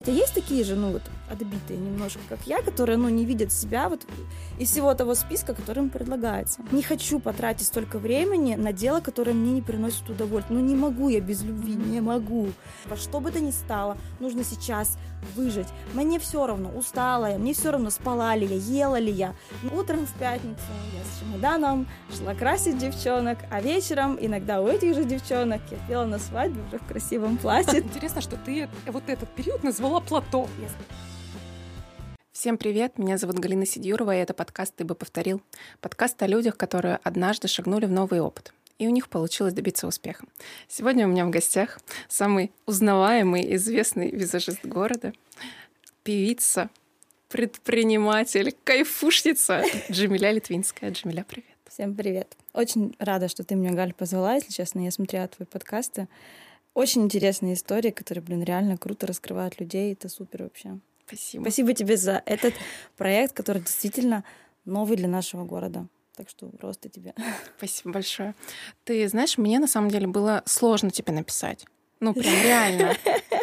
Есть такие же, отбитые немножко, как я, которые, не видят себя вот из всего того списка, который им предлагается. Не хочу потратить столько времени на дело, которое мне не приносит удовольствия. Не могу я без любви, не могу. Во что бы то ни стало, нужно сейчас выжить. Мне все равно, устала я, мне все равно, спала ли я, ела ли я. Утром в пятницу я с чемоданом шла красить девчонок, а вечером иногда у этих же девчонок я пела на свадьбе уже в красивом платье. Интересно, что ты вот этот период назвала плато. Всем привет, меня зовут Галина Сидюрова, и это подкаст «Ты бы повторил». Подкаст о людях, которые однажды шагнули в новый опыт, и у них получилось добиться успеха. Сегодня у меня в гостях самый узнаваемый, известный визажист города, певица, предприниматель, кайфушница Джамиля Литвинская. Джамиля, привет. Всем привет. Очень рада, что ты меня, Галь, позвала, если честно. Я смотрела твои подкасты. Очень интересные истории, которые, реально круто раскрывают людей. Это супер вообще. Спасибо. Спасибо тебе за этот проект, который действительно новый для нашего города. Так что просто тебе. Спасибо большое. Ты знаешь, мне на самом деле было сложно тебе написать. Прям реально.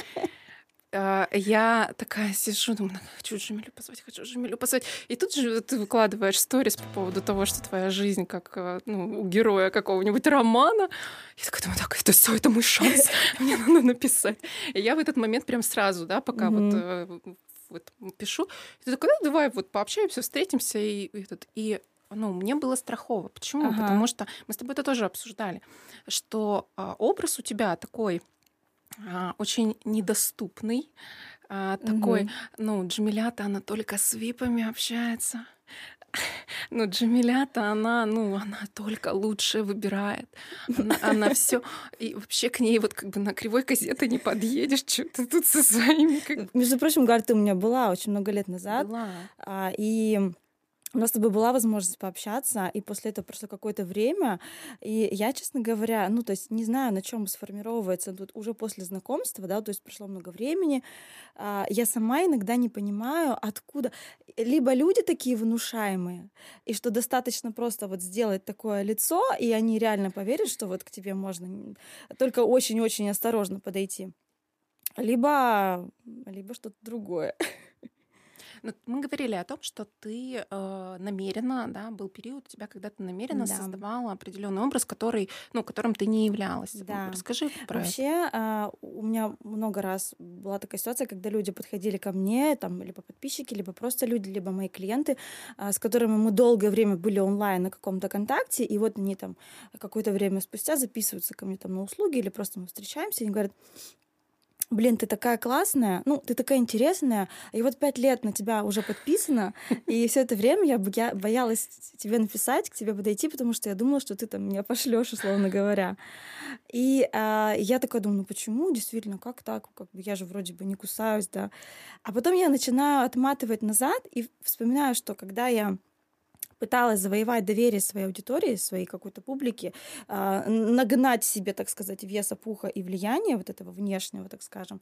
Я такая сижу, думаю, хочу Джамилю позвать. И тут же ты выкладываешь сторис по поводу того, что твоя жизнь как у героя какого-нибудь романа. Я такая думаю, так, это все, это мой шанс, мне надо написать. И я в этот момент прям сразу, пока вот пишу, и ты такая, давай пообщаемся, встретимся. И мне было страхово. Почему? Потому что мы с тобой это тоже обсуждали, что образ у тебя такой очень недоступный, такой, Джамиля-то она только с випами общается. Джамиля-то она только лучшее выбирает. Она все. И вообще к ней на кривой козе ты не подъедешь, что ты тут со своими. Между прочим, Галь, ты у меня была очень много лет назад. Была. И у нас с тобой была возможность пообщаться, и после этого прошло какое-то время, и я, честно говоря, не знаю, на чем сформировывается тут уже после знакомства, то есть прошло много времени, я сама иногда не понимаю, откуда, либо люди такие внушаемые, и что достаточно просто сделать такое лицо, и они реально поверят, что к тебе можно только очень-очень осторожно подойти, либо что-то другое. Мы говорили о том, что ты намеренно, был период у тебя, когда ты намеренно создавала определенный образ, которым ты не являлась. Да. Расскажи про это. Вообще, у меня много раз была такая ситуация, когда люди подходили ко мне, либо подписчики, либо просто люди, либо мои клиенты, с которыми мы долгое время были онлайн на каком-то контакте, и они какое-то время спустя записываются ко мне на услуги, или просто мы встречаемся, и они говорят: блин, ты такая классная, ты такая интересная, и 5 лет на тебя уже подписано, и все это время я боялась тебе написать, к тебе подойти, потому что я думала, что ты меня пошлёшь, условно говоря. И я такая думаю, почему? Действительно, как так? Я же вроде бы не кусаюсь, да. А потом я начинаю отматывать назад и вспоминаю, что когда я пыталась завоевать доверие своей аудитории, своей какой-то публики, нагнать себе, так сказать, веса, пуха и влияния этого внешнего, так скажем,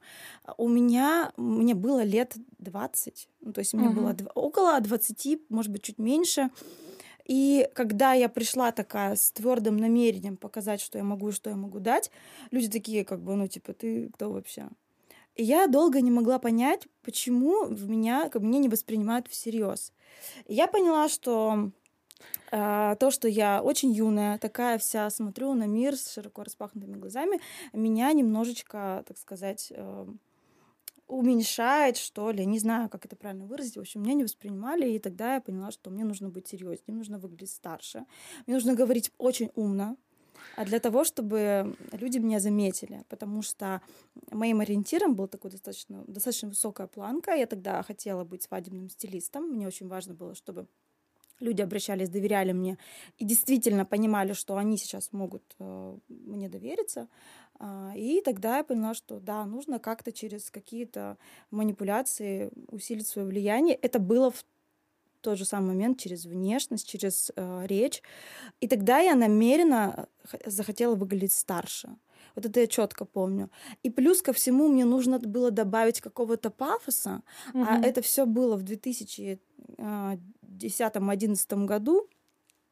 мне было лет 20, то есть мне было около 20, может быть, чуть меньше. И когда я пришла такая с твердым намерением показать, что я могу и что я могу дать, люди такие, ты кто вообще? И я долго не могла понять, почему меня не воспринимают всерьез. И я поняла, что то, что я очень юная, такая вся, смотрю на мир с широко распахнутыми глазами, меня немножечко, так сказать, уменьшает, что ли. Не знаю, как это правильно выразить. В общем, меня не воспринимали, и тогда я поняла, что мне нужно быть серьезнее, мне нужно выглядеть старше, мне нужно говорить очень умно, для того, чтобы люди меня заметили, потому что моим ориентиром был такой достаточно высокая планка. Я тогда хотела быть свадебным стилистом. Мне очень важно было, чтобы люди обращались, доверяли мне и действительно понимали, что они сейчас могут мне довериться. И тогда я поняла, что да, нужно как-то через какие-то манипуляции усилить свое влияние. Это было в тот же самый момент через внешность, через речь. И тогда я намеренно захотела выглядеть старше. Это я четко помню. И плюс ко всему мне нужно было добавить какого-то пафоса. А это все было в 2010-2011 году.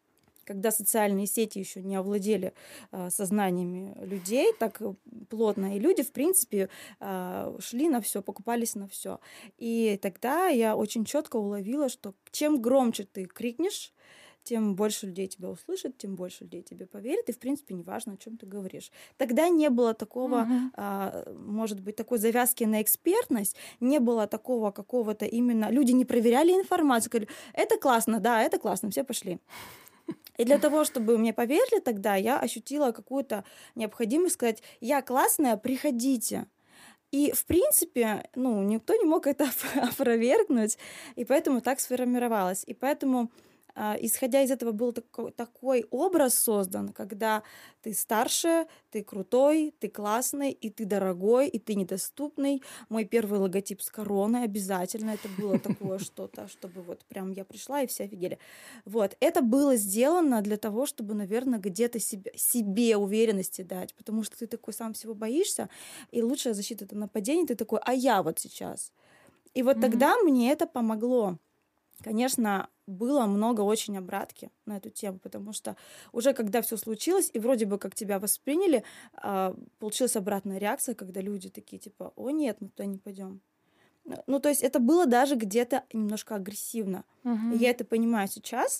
когда социальные сети еще не овладели сознаниями людей так плотно, и люди, в принципе, шли на все, покупались на все. И тогда я очень четко уловила, что чем громче ты крикнешь, тем больше людей тебя услышат, тем больше людей тебе поверят, и, в принципе, неважно, о чем ты говоришь. Тогда не было такого, может быть, такой завязки на экспертность, не было такого какого-то именно... Люди не проверяли информацию, говорили, это классно, да, это классно, все пошли. И для того, чтобы мне поверили тогда, я ощутила какую-то необходимость сказать, я классная, приходите. И, в принципе, никто не мог это опровергнуть, и поэтому так сформировалось. И поэтому... Исходя из этого был такой образ создан, когда ты старше, ты крутой, ты классный, и ты дорогой, и ты недоступный. Мой первый логотип с короной обязательно. Это было такое что-то, чтобы вот прям я пришла, и все офигели. Вот. Это было сделано для того, чтобы, наверное, где-то себе уверенности дать, потому что ты такой сам всего боишься, и лучшая защита — это нападение. Ты такой, а я вот сейчас. И вот тогда мне это помогло. Конечно, было много очень обратки на эту тему, потому что уже когда все случилось, и вроде бы как тебя восприняли, получилась обратная реакция, когда люди такие типа, о нет, мы туда не пойдем. То есть это было даже где-то немножко агрессивно. Я это понимаю сейчас,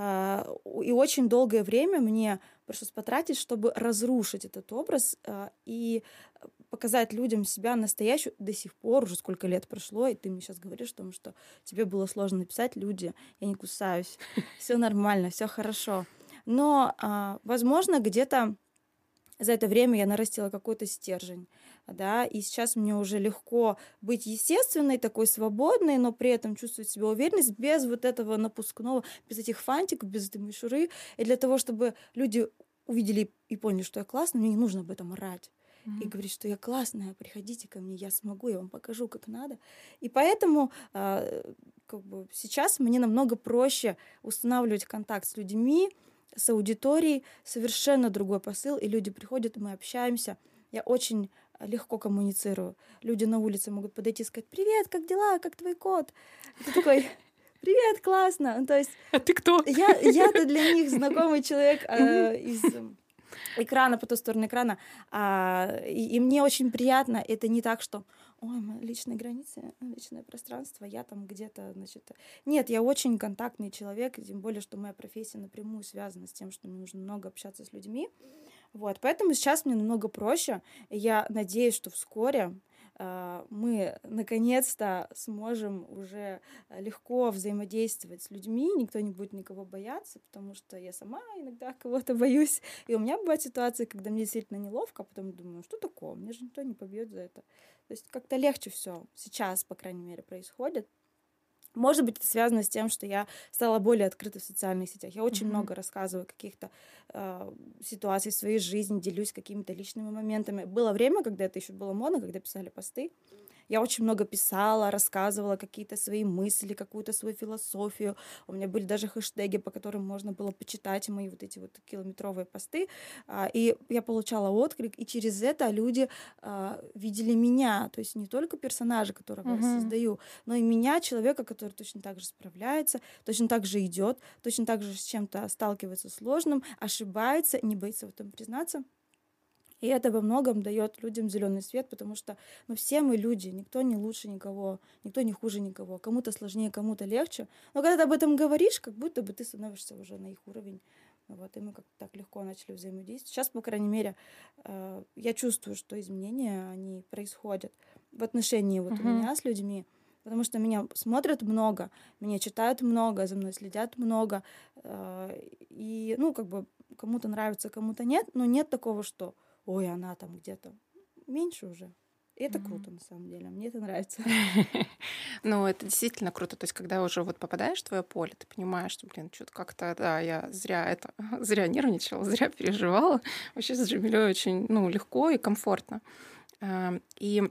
и очень долгое время мне пришлось потратить, чтобы разрушить этот образ и показать людям себя настоящую до сих пор, уже сколько лет прошло, и ты мне сейчас говоришь о том, что тебе было сложно написать, люди, я не кусаюсь, все нормально, все хорошо. Но, возможно, где-то за это время я нарастила какой-то стержень, да, и сейчас мне уже легко быть естественной, такой свободной, но при этом чувствовать себя уверенность без вот этого напускного, без этих фантиков, без этой мишуры. И для того, чтобы люди увидели и поняли, что я классная, мне не нужно об этом орать. И говорить, что я классная, приходите ко мне, я смогу, я вам покажу, как надо. И поэтому сейчас мне намного проще устанавливать контакт с людьми, с аудиторией, совершенно другой посыл, и люди приходят, и мы общаемся. Я очень легко коммуницирую. Люди на улице могут подойти и сказать, привет, как дела, как твой кот? И ты такой, привет, классно. То есть, а ты кто? Я-то для них знакомый человек из экрана, по ту сторону экрана. И мне очень приятно. Это не так, что ой, личные границы, личное пространство, я там где-то, значит... Нет, я очень контактный человек, тем более, что моя профессия напрямую связана с тем, что мне нужно много общаться с людьми. Вот, поэтому сейчас мне намного проще. Я надеюсь, что вскоре мы наконец-то сможем уже легко взаимодействовать с людьми, никто не будет никого бояться, потому что я сама иногда кого-то боюсь. И у меня бывают ситуации, когда мне действительно неловко, а потом думаю, что такое, мне же никто не побьет за это. То есть как-то легче все сейчас, по крайней мере, происходит. Может быть, это связано с тем, что я стала более открыта в социальных сетях. Я очень много рассказываю каких-то ситуаций в своей жизни, делюсь какими-то личными моментами. Было время, когда это еще было модно, когда писали посты. Я очень много писала, рассказывала какие-то свои мысли, какую-то свою философию. У меня были даже хэштеги, по которым можно было почитать мои вот эти вот километровые посты. И я получала отклик, и через это люди видели меня. То есть не только персонажа, которого я создаю, но и меня, человека, который точно так же справляется, точно так же идет, точно так же с чем-то сталкивается сложным, ошибается, не боится в этом признаться. И это во многом дает людям зеленый свет, потому что все мы люди, никто не лучше никого, никто не хуже никого, кому-то сложнее, кому-то легче. Но когда ты об этом говоришь, как будто бы ты становишься уже на их уровень. Вот, и мы как-то так легко начали взаимодействовать. Сейчас, по крайней мере, я чувствую, что изменения, они происходят в отношении вот у меня с людьми, потому что меня смотрят много, меня читают много, за мной следят много. И, кому-то нравится, кому-то нет, но нет такого, что ой, она там где-то меньше уже. И это круто, на самом деле. Мне это нравится. Ну, это действительно круто. То есть, когда уже вот попадаешь в твое поле, ты понимаешь, что, что-то как-то, да, я зря нервничала, зря переживала. Вообще с Джамилей очень, легко и комфортно. И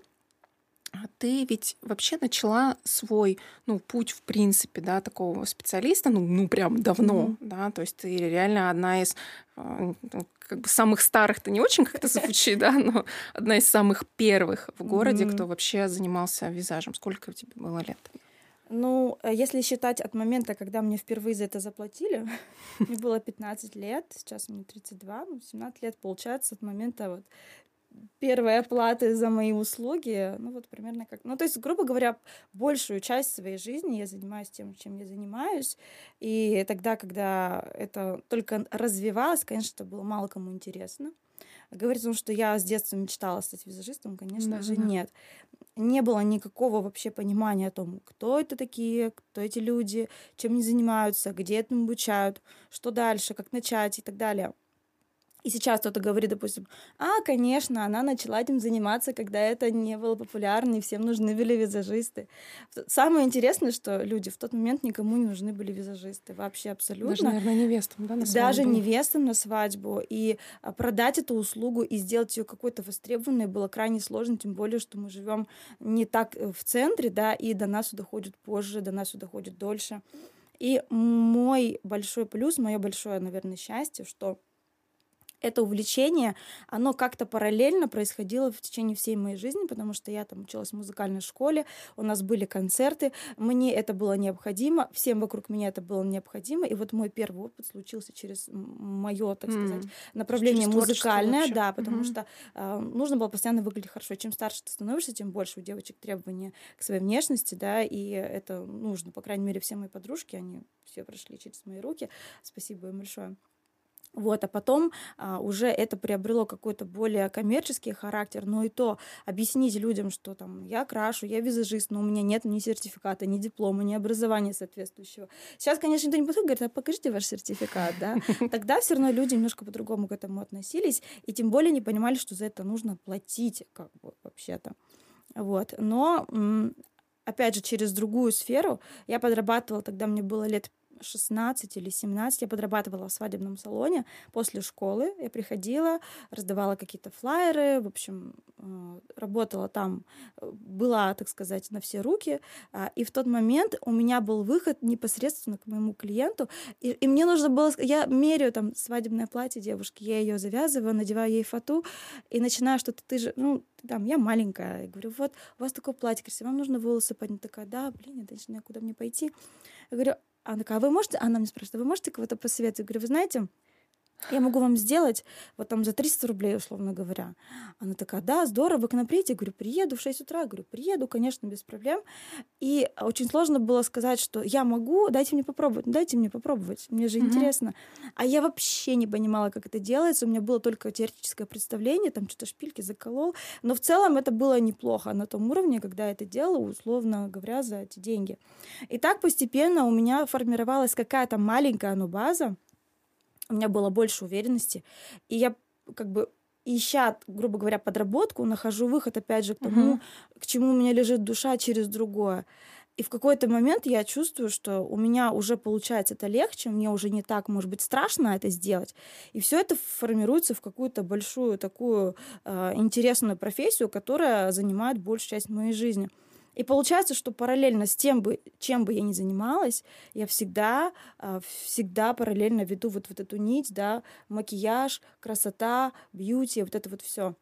ты ведь вообще начала свой, путь, в принципе, да, такого специалиста, прям давно, да, то есть ты реально одна из самых старых, это не очень как-то звучит, да, но одна из самых первых в городе, кто вообще занимался визажем. Сколько тебе было лет? Ну, если считать от момента, когда мне впервые за это заплатили, мне было 15 лет, сейчас мне 32, 17 лет получается от момента вот первой оплаты за мои услуги, ну вот примерно как... Ну, то есть, грубо говоря, большую часть своей жизни я занимаюсь тем, чем я занимаюсь, и тогда, когда это только развивалось, конечно, это было мало кому интересно. Говорить о том, что я с детства мечтала стать визажистом, конечно же, нет. Не было никакого вообще понимания о том, кто это такие, кто эти люди, чем они занимаются, где этому обучают, что дальше, как начать и так далее. И сейчас кто-то говорит, допустим, конечно, она начала этим заниматься, когда это не было популярно, и всем нужны были визажисты. Самое интересное, что люди в тот момент никому не нужны были визажисты. Вообще абсолютно. Даже, наверное, невестам, да, на свадьбу? Даже невестам на свадьбу. И продать эту услугу и сделать ее какой-то востребованной было крайне сложно, тем более, что мы живем не так в центре, да, и до нас сюда ходят позже, до нас сюда ходят дольше. И мой большой плюс, мое большое, наверное, счастье, что это увлечение, оно как-то параллельно происходило в течение всей моей жизни, потому что я там училась в музыкальной школе, у нас были концерты, мне это было необходимо, всем вокруг меня это было необходимо, и вот мой первый опыт случился через мое, так сказать, направление музыкальное, да, потому что нужно было постоянно выглядеть хорошо. Чем старше ты становишься, тем больше у девочек требования к своей внешности, да, и это нужно, по крайней мере, все мои подружки, они все прошли через мои руки, спасибо им большое. Вот, а потом уже это приобрело какой-то более коммерческий характер, но и то объяснить людям, что там я крашу, я визажист, но у меня нет ни сертификата, ни диплома, ни образования соответствующего. Сейчас, конечно, никто не подходит, говорит, а покажите ваш сертификат, да. Тогда все равно люди немножко по-другому к этому относились, и тем более не понимали, что за это нужно платить, как бы, вообще-то. Вот, но опять же, через другую сферу я подрабатывала, тогда мне было лет 16 или 17, я подрабатывала в свадебном салоне после школы. Я приходила, раздавала какие-то флаеры, в общем, работала там, была, так сказать, на все руки. И в тот момент у меня был выход непосредственно к моему клиенту, и мне нужно было... Я меряю там свадебное платье девушки, я ее завязываю, надеваю ей фату, и начинаю что-то, ты же, ну, там, я маленькая, я говорю, вот, у вас такое платье красивое, вам нужно волосы поднять. Такая, да, блин, я даже не знаю, куда мне пойти. Я говорю, она такая, а вы можете, она мне спрашивает, а вы можете кого-то посоветовать? Я говорю, вы знаете, я могу вам сделать вот там за 300 рублей, условно говоря. Она такая, да, здорово, вы к нам приедете? Я говорю, приеду в 6 утра. Я говорю, приеду, конечно, без проблем. И очень сложно было сказать, что я могу, дайте мне попробовать, мне же интересно. А я вообще не понимала, как это делается, у меня было только теоретическое представление, там что-то шпильки заколол, но в целом это было неплохо на том уровне, когда я это делала, условно говоря, за эти деньги. И так постепенно у меня формировалась какая-то маленькая, но база, у меня было больше уверенности, и я как бы, ища, грубо говоря, подработку, нахожу выход, опять же, к тому, к чему у меня лежит душа через другое. И в какой-то момент я чувствую, что у меня уже получается это легче, мне уже не так, может быть, страшно это сделать. И все это формируется в какую-то большую такую интересную профессию, которая занимает большую часть моей жизни. И получается, что параллельно с тем, чем бы я ни занималась, я всегда параллельно веду вот эту нить, да, макияж, красота, бьюти, вот это вот все.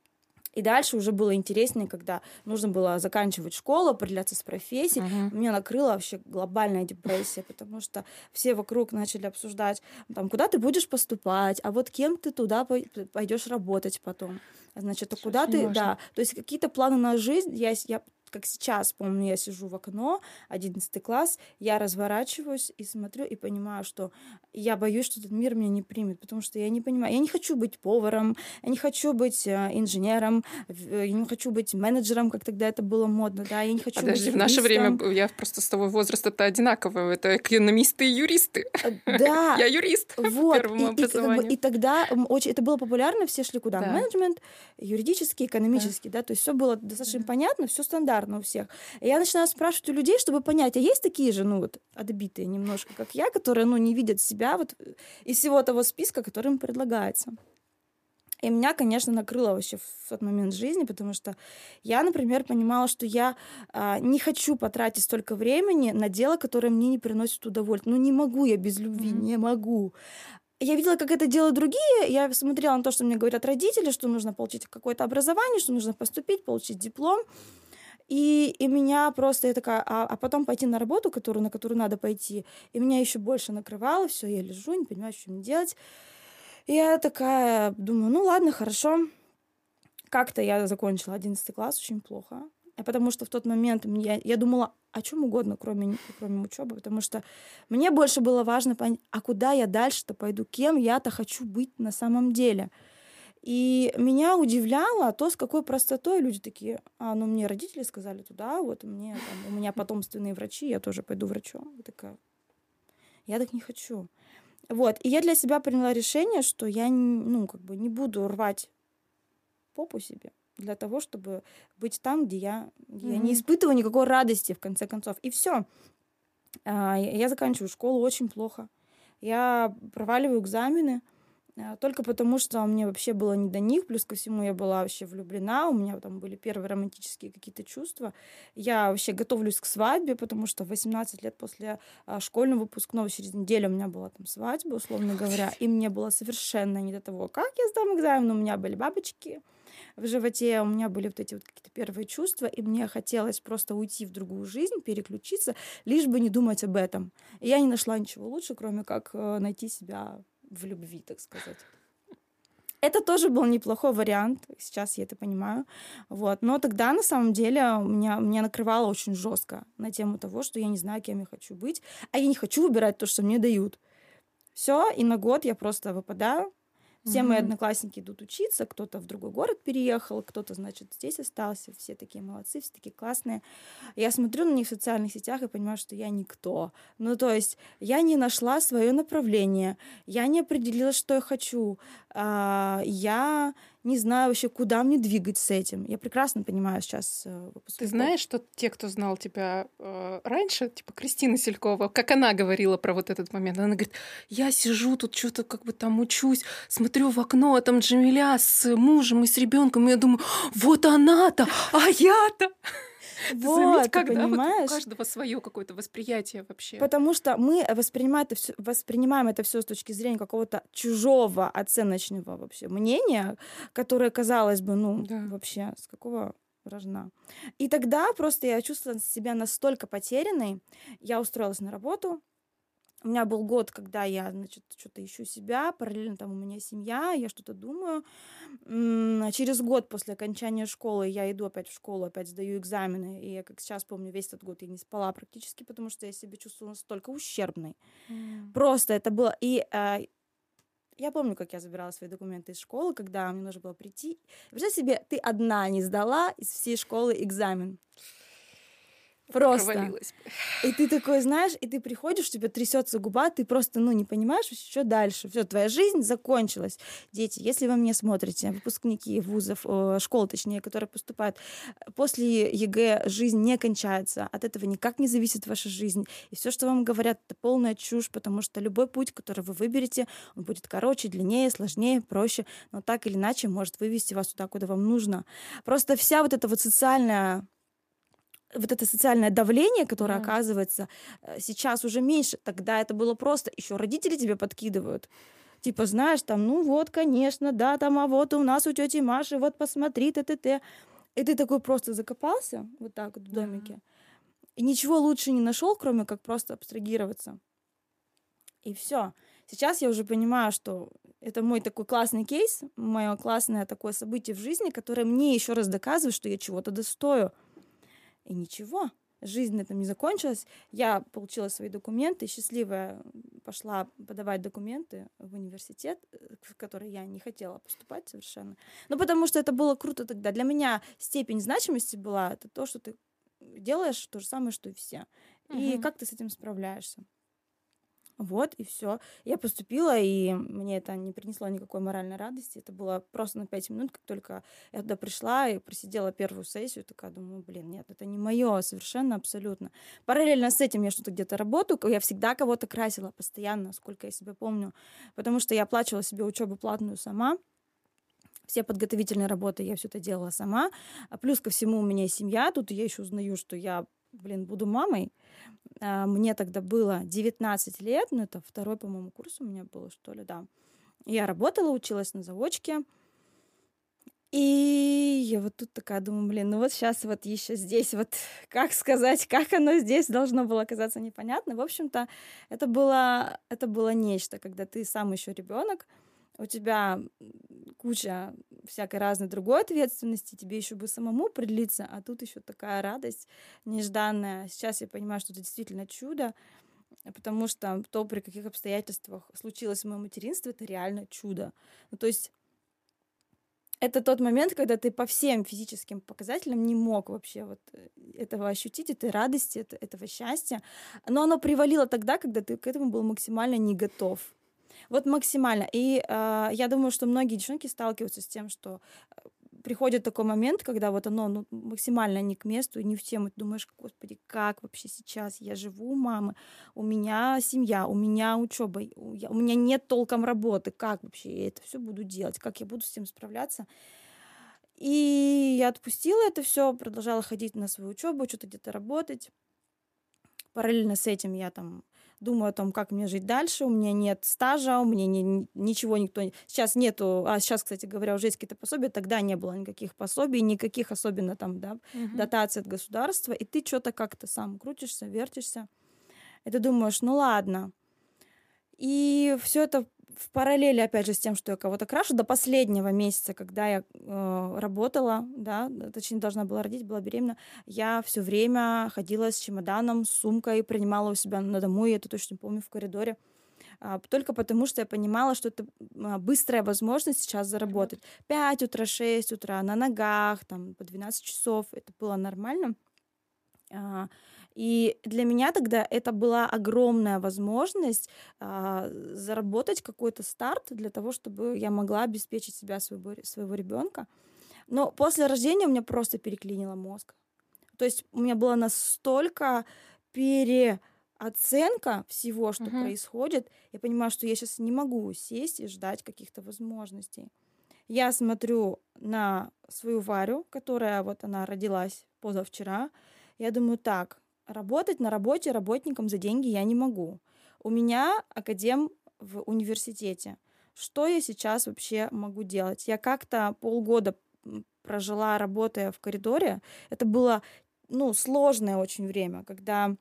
И дальше уже было интереснее, когда нужно было заканчивать школу, определяться с профессией. Меня накрыла вообще глобальная депрессия, потому что все вокруг начали обсуждать, там, куда ты будешь поступать, а вот кем ты туда пойдешь работать потом. Значит, а куда ты... Да, то есть какие-то планы на жизнь я как сейчас, помню, я сижу в окно, 11 класс, я разворачиваюсь и смотрю, и понимаю, что я боюсь, что этот мир меня не примет, потому что я не понимаю, я не хочу быть поваром, я не хочу быть инженером, я не хочу быть менеджером, как тогда это было модно, да, я не хочу быть юристом. В наше время, я просто с того возраста-то одинаковая, это экономисты и юристы. Да. Я юрист по первому образованию. И тогда очень это было популярно, все шли куда? Менеджмент, юридический, экономический, да, то есть все было достаточно понятно, все стандартно у всех. И я начинаю спрашивать у людей, чтобы понять, а есть такие же, ну вот, отбитые немножко, как я, которые, ну, не видят себя вот из всего того списка, который им предлагается. И меня, конечно, накрыло вообще в тот момент жизни, потому что я, например, понимала, что я не хочу потратить столько времени на дело, которое мне не приносит удовольствия. Ну, не могу я без любви, не могу. Я видела, как это делают другие, я смотрела на то, что мне говорят родители, что нужно получить какое-то образование, что нужно поступить, получить диплом. И меня просто, я такая, а потом пойти на работу, на которую надо пойти, и меня еще больше накрывало, все, я лежу, не понимаю, что мне делать. И я такая думаю, ну ладно, хорошо. Как-то я закончила 11 класс очень плохо. Потому что в тот момент я думала о чем угодно, кроме учебы, потому что мне больше было важно понять, а куда я дальше-то пойду, кем я-то хочу быть на самом деле. И меня удивляло то, с какой простотой люди такие, ну мне родители сказали туда, вот мне, там, у меня потомственные врачи, я тоже пойду врачом. Я такая, я так не хочу. Вот, и я для себя приняла решение, что я, не буду рвать попу себе для того, чтобы быть там, где я не испытываю никакой радости, в конце концов. И все. Я заканчиваю школу очень плохо. Я проваливаю экзамены, только потому, что мне вообще было не до них. Плюс ко всему я была вообще влюблена. У меня там были первые романтические какие-то чувства. Я вообще готовлюсь к свадьбе, потому что в 18 лет после школьного выпускного через неделю у меня была там свадьба, условно говоря. И мне было совершенно не до того, как я сдам экзамен. У меня были бабочки в животе, у меня были вот эти вот какие-то первые чувства, и мне хотелось просто уйти в другую жизнь, переключиться, лишь бы не думать об этом. И я не нашла ничего лучше, кроме как найти себя в любви, так сказать. Это тоже был неплохой вариант, сейчас я это понимаю. Вот. Но тогда, на самом деле, меня накрывало очень жестко на тему того, что я не знаю, кем я хочу быть, а я не хочу выбирать то, что мне дают. Все, и на год я просто выпадаю. Все мои одноклассники идут учиться, кто-то в другой город переехал, кто-то, значит, здесь остался. Все такие молодцы, все такие классные. Я смотрю на них в социальных сетях и понимаю, что я никто. Ну, то есть я не нашла свое направление, я не определила, что я хочу, я не знаю вообще, куда мне двигать с этим. Я прекрасно понимаю сейчас выпускников. Ты знаешь, что те, кто знал тебя раньше, типа Кристина Селькова, как она говорила про вот этот момент, она говорит, я сижу тут, что-то как бы там учусь, смотрю в окно, а там Джамиля с мужем и с ребенком, и я думаю, вот она-то, а я-то. Вот, заметь, ты когда понимаешь? вот у каждого свое какое-то восприятие вообще. Потому что мы воспринимаем это все с точки зрения какого-то чужого оценочного вообще мнения, которое, казалось бы, вообще с какого рожна. И тогда просто я чувствовала себя настолько потерянной. Я устроилась на работу. У меня был год, когда я, значит, что-то ищу себя, параллельно там у меня семья, я что-то думаю. Через год после окончания школы я иду опять в школу, опять сдаю экзамены. И я, как сейчас помню, весь этот год я не спала практически, потому что я себя чувствовала настолько ущербной. Просто это было... И я помню, как я забирала свои документы из школы, когда мне нужно было прийти. Представь себе, ты одна не сдала из всей школы экзамен. Просто. Провалилась. И ты такой, знаешь, и ты приходишь, у тебя трясется губа, ты просто, не понимаешь, что дальше. Все, твоя жизнь закончилась. Дети, если вы меня смотрите, выпускники вузов, школ, точнее, которые поступают, после ЕГЭ жизнь не кончается. От этого никак не зависит ваша жизнь. И все, что вам говорят, это полная чушь, потому что любой путь, который вы выберете, он будет короче, длиннее, сложнее, проще, но так или иначе может вывести вас туда, куда вам нужно. Просто вся вот эта вот это социальное давление, которое оказывается сейчас уже меньше. Тогда это было просто. Еще родители тебе подкидывают. Типа, знаешь, там, вот, конечно, да, там, а вот у нас у тети Маши, вот посмотри, т-т-т. И ты такой просто закопался вот так вот в домике. И ничего лучше не нашел, кроме как просто абстрагироваться. И все. Сейчас я уже понимаю, что это мой такой классный кейс, мое классное такое событие в жизни, которое мне еще раз доказывает, что я чего-то достою. И ничего, жизнь на этом не закончилась. Я получила свои документы, счастливая пошла подавать документы в университет, в который я не хотела поступать совершенно. Ну, потому что это было круто тогда. Для меня степень значимости была это то, что ты делаешь то же самое, что и все. И как ты с этим справляешься. Вот, и все. Я поступила, и мне это не принесло никакой моральной радости. Это было просто на 5 минут, как только я туда пришла и просидела первую сессию, такая думаю, нет, это не мое совершенно, абсолютно. Параллельно с этим я что-то где-то работаю, я всегда кого-то красила постоянно, сколько я себя помню, потому что я оплачивала себе учебу платную сама. Все подготовительные работы я все это делала сама. А плюс ко всему у меня семья. Тут я еще узнаю, что я, буду мамой. Мне тогда было 19 лет, это второй, по-моему, курс у меня был, что ли, да. Я работала, училась на заочке. И я вот тут такая думаю, блин, ну вот сейчас вот еще здесь вот, как сказать, как оно здесь должно было оказаться, непонятно. В общем-то, это было нечто, когда ты сам еще ребенок, у тебя куча всякой разной другой ответственности, тебе еще бы самому определиться, а тут еще такая радость нежданная. Сейчас я понимаю, что это действительно чудо, потому что то, при каких обстоятельствах случилось в моем материнстве, это реально чудо. Ну, то есть это тот момент, когда ты по всем физическим показателям не мог вообще вот этого ощутить, этой радости, этого счастья. Но оно привалило тогда, когда ты к этому был максимально не готов. Вот максимально. И я думаю, что многие девчонки сталкиваются с тем, что приходит такой момент, когда вот оно максимально не к месту и не в тему. Ты думаешь, господи, как вообще сейчас я живу у мамы, у меня семья, у меня учеба, у меня нет толком работы, как вообще я это все буду делать, как я буду с этим справляться. И я отпустила это все, продолжала ходить на свою учебу, что-то где-то работать. Параллельно с этим я там думаю о том, как мне жить дальше. У меня нет стажа, у меня ничего никто... Сейчас нету... А сейчас, кстати говоря, уже есть какие-то пособия. Тогда не было никаких пособий, никаких особенно там, да, дотаций от государства. И ты что-то как-то сам крутишься, вертишься. И ты думаешь, ну ладно. И все это в параллели, опять же, с тем, что я кого-то крашу, до последнего месяца, когда я работала, да, точнее, должна была родить, была беременна, я все время ходила с чемоданом, с сумкой, принимала у себя на дому, я это точно помню, в коридоре, только потому, что я понимала, что это быстрая возможность сейчас заработать. 5 утра, 6 утра, на ногах, там, по 12 часов, это было нормально. И для меня тогда это была огромная возможность заработать какой-то старт для того, чтобы я могла обеспечить себя, своего ребенка. Но после рождения у меня просто переклинило мозг. То есть у меня была настолько переоценка всего, что происходит. Я понимаю, что я сейчас не могу сесть и ждать каких-то возможностей. Я смотрю на свою Варю, которая вот она родилась позавчера. Я думаю, так, работать на работе работником за деньги я не могу. У меня академ в университете. Что я сейчас вообще могу делать? Я как-то полгода прожила, работая в коридоре. Это было, сложное очень время, когда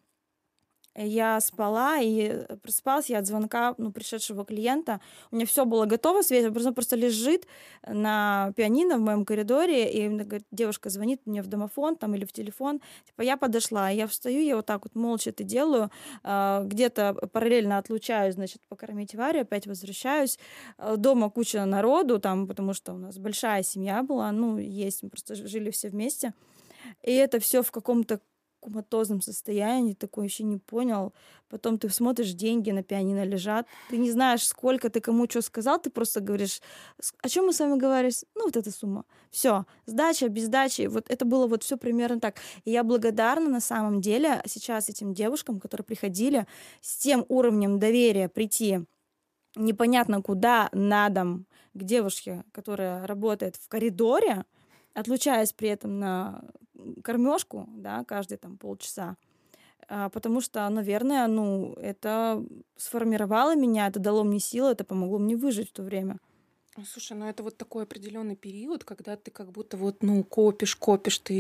я спала и просыпалась я от звонка, пришедшего клиента. У меня все было готово, Света просто лежит на пианино в моем коридоре, и говорит, девушка звонит мне в домофон там или в телефон. Типа я подошла, я встаю, я вот так вот молча это делаю, где-то параллельно отлучаюсь, значит, покормить Варю, опять возвращаюсь. Дома куча народу, там, потому что у нас большая семья была, есть, мы просто жили все вместе. И это все в каком-то коматозном состоянии, такой еще не понял. Потом ты смотришь, деньги на пианино лежат. Ты не знаешь, сколько ты кому что сказал, ты просто говоришь, о чем мы с вами говорили? Вот эта сумма. Все, сдача, без сдачи. Вот это было вот все примерно так. И я благодарна на самом деле сейчас этим девушкам, которые приходили с тем уровнем доверия прийти непонятно куда на дом к девушке, которая работает в коридоре, отлучаясь при этом на кормежку, да, каждые там полчаса, потому что, наверное, это сформировало меня, это дало мне силы, это помогло мне выжить в то время. Слушай, это вот такой определенный период, когда ты как будто вот, копишь, ты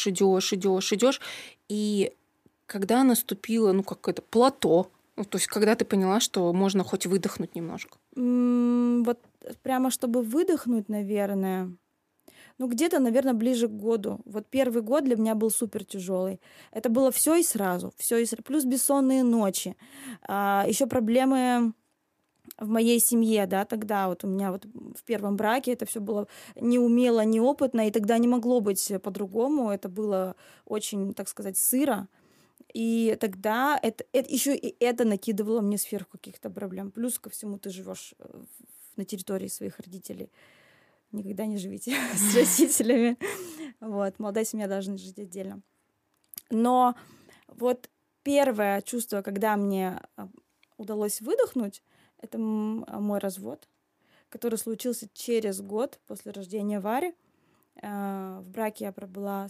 идешь, и когда наступило, как это, плато, то есть когда ты поняла, что можно хоть выдохнуть немножко? Вот прямо чтобы выдохнуть, наверное, где-то, наверное, ближе к году. Вот первый год для меня был супер тяжелый. Это было все и сразу, плюс бессонные ночи, еще проблемы в моей семье, да, тогда вот у меня вот в первом браке это все было неумело, неопытно, и тогда не могло быть по-другому. Это было очень, так сказать, сыро. И тогда это еще и это накидывало мне сверху каких-то проблем. Плюс ко всему ты живешь на территории своих родителей. Никогда не живите с родителями. Вот, молодая семья должна жить отдельно. Но вот первое чувство, когда мне удалось выдохнуть, это мой развод, который случился через год после рождения Вари. В браке я пробыла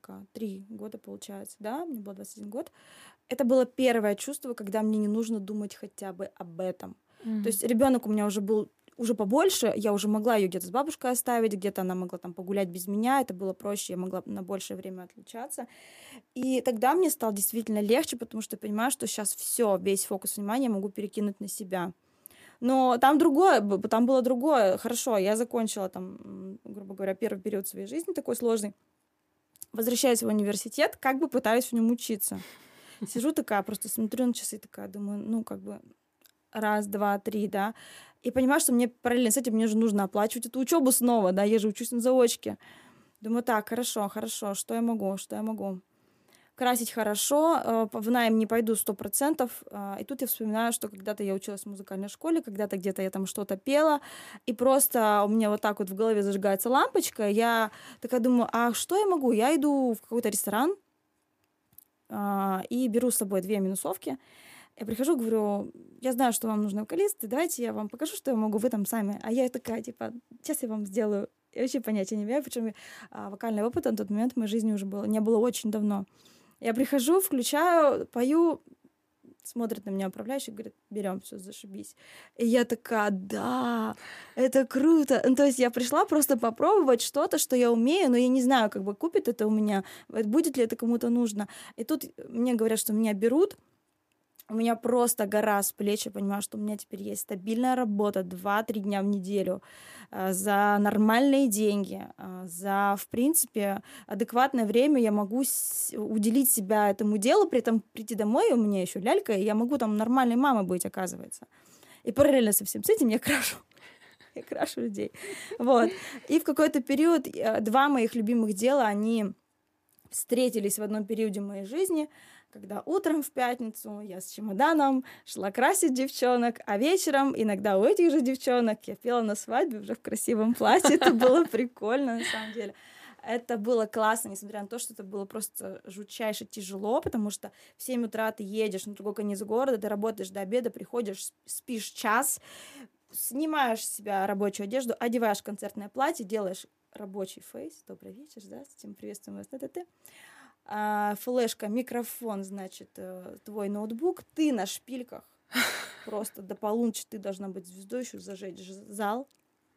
3 года, получается, да, мне было 21 год. Это было первое чувство, когда мне не нужно думать хотя бы об этом. То есть ребенок у меня уже был уже побольше, я уже могла ее где-то с бабушкой оставить, где-то она могла там погулять без меня, это было проще, я могла на большее время отлучаться. И тогда мне стало действительно легче, потому что я понимаю, что сейчас все, весь фокус внимания могу перекинуть на себя. Но там другое, там было другое. Хорошо, я закончила там, грубо говоря, первый период своей жизни такой сложный. Возвращаюсь в университет, как бы пытаюсь в нем учиться. Сижу такая, просто смотрю на часы, такая, думаю, ну, как бы раз, два, три, да. И понимаю, что мне параллельно с этим мне же нужно оплачивать эту учебу снова, да, я же учусь на заочке. Думаю, так, хорошо, что я могу, красить хорошо, в найм не пойду 100%. И тут я вспоминаю, что когда-то я училась в музыкальной школе, когда-то где-то я там что-то пела, и просто у меня вот так вот в голове зажигается лампочка, я такая думаю, а что я могу? Я иду в какой-то ресторан и беру с собой 2 минусовки. Я прихожу, говорю, я знаю, что вам нужны вокалисты, давайте я вам покажу, что я могу, вы там сами. А я такая, типа, сейчас я вам сделаю. Я вообще понятия не имею, причем вокального опыта на тот момент в моей жизни уже не было очень давно. Я прихожу, включаю, пою, смотрит на меня управляющий, говорит, берем, все, зашибись. И я такая, да, это круто. Ну, то есть я пришла просто попробовать что-то, что я умею, но я не знаю, как бы купит это у меня, будет ли это кому-то нужно. И тут мне говорят, что меня берут, у меня просто гора с плеч, я понимаю, что у меня теперь есть стабильная работа 2-3 дня в неделю за нормальные деньги, за, в принципе, адекватное время я могу уделить себя этому делу, при этом прийти домой, у меня еще лялька, и я могу там нормальной мамой быть, оказывается. И параллельно со всем с этим я крашу. Я крашу людей. Вот. И в какой-то период 2 моих любимых дела, они встретились в одном периоде моей жизни, когда утром в пятницу я с чемоданом шла красить девчонок, а вечером иногда у этих же девчонок я пела на свадьбе уже в красивом платье. Это было прикольно, на самом деле. Это было классно, несмотря на то, что это было просто жутчайше тяжело, потому что в 7 утра ты едешь на другой конец города, ты работаешь до обеда, приходишь, спишь час, снимаешь с себя рабочую одежду, одеваешь концертное платье, делаешь рабочий фейс. Добрый вечер, здравствуйте, мы приветствуем вас. Флешка, микрофон, значит, твой ноутбук, ты на шпильках, просто до полуночи ты должна быть звездой, еще зажечь зал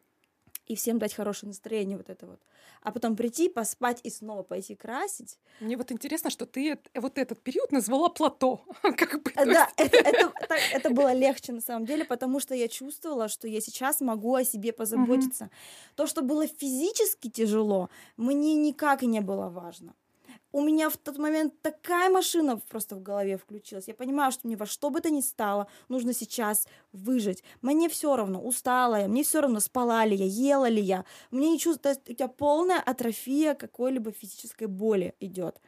и всем дать хорошее настроение вот это вот. А потом прийти, поспать и снова пойти красить. Мне вот интересно, что ты вот этот период назвала плато. Как бы, да, это было легче на самом деле, потому что я чувствовала, что я сейчас могу о себе позаботиться. То, что было физически тяжело, мне никак и не было важно. У меня в тот момент такая машина просто в голове включилась. Я понимаю, что мне во что бы то ни стало нужно сейчас выжить. Мне все равно, устала я, мне все равно, спала ли я, ела ли я. Мне не чувствую, у тебя полная атрофия какой-либо физической боли идет.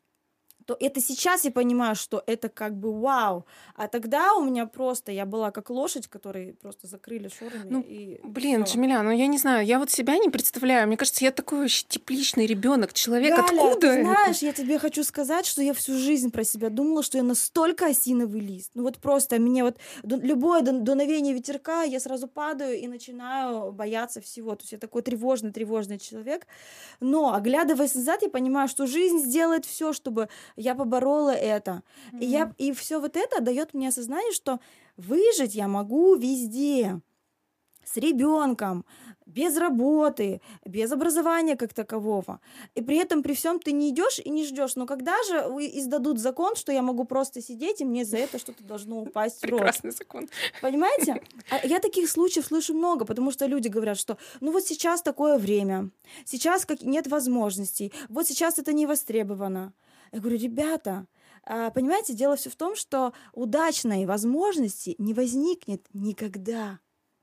То это сейчас я понимаю, что это как бы вау. А тогда у меня просто, я была как лошадь, которой просто закрыли шорами. Ну, и блин, всё. Джамиля, ну я не знаю, я вот себя не представляю. Мне кажется, я такой вообще тепличный ребенок, человек. Галя, Откуда ты это? знаешь, я тебе хочу сказать, что я всю жизнь про себя думала, что я настолько осиновый лист. Ну вот просто мне вот любое дуновение ветерка, я сразу падаю и начинаю бояться всего. То есть я такой тревожный человек. Но, оглядываясь назад, я понимаю, что жизнь сделает все, чтобы я поборола это. И все вот это дает мне осознание, что выжить я могу везде. С ребенком, без работы, без образования как такового. И при этом, при всем ты не идешь и не ждешь. Но когда же издадут закон, что я могу просто сидеть, и мне за это что-то должно упасть в рот? Прекрасный закон. Понимаете? А я таких случаев слышу много, потому что люди говорят, что ну вот сейчас такое время, сейчас нет возможностей, вот сейчас это не востребовано. Я говорю, ребята, понимаете, дело все в том, что удачной возможности не возникнет никогда.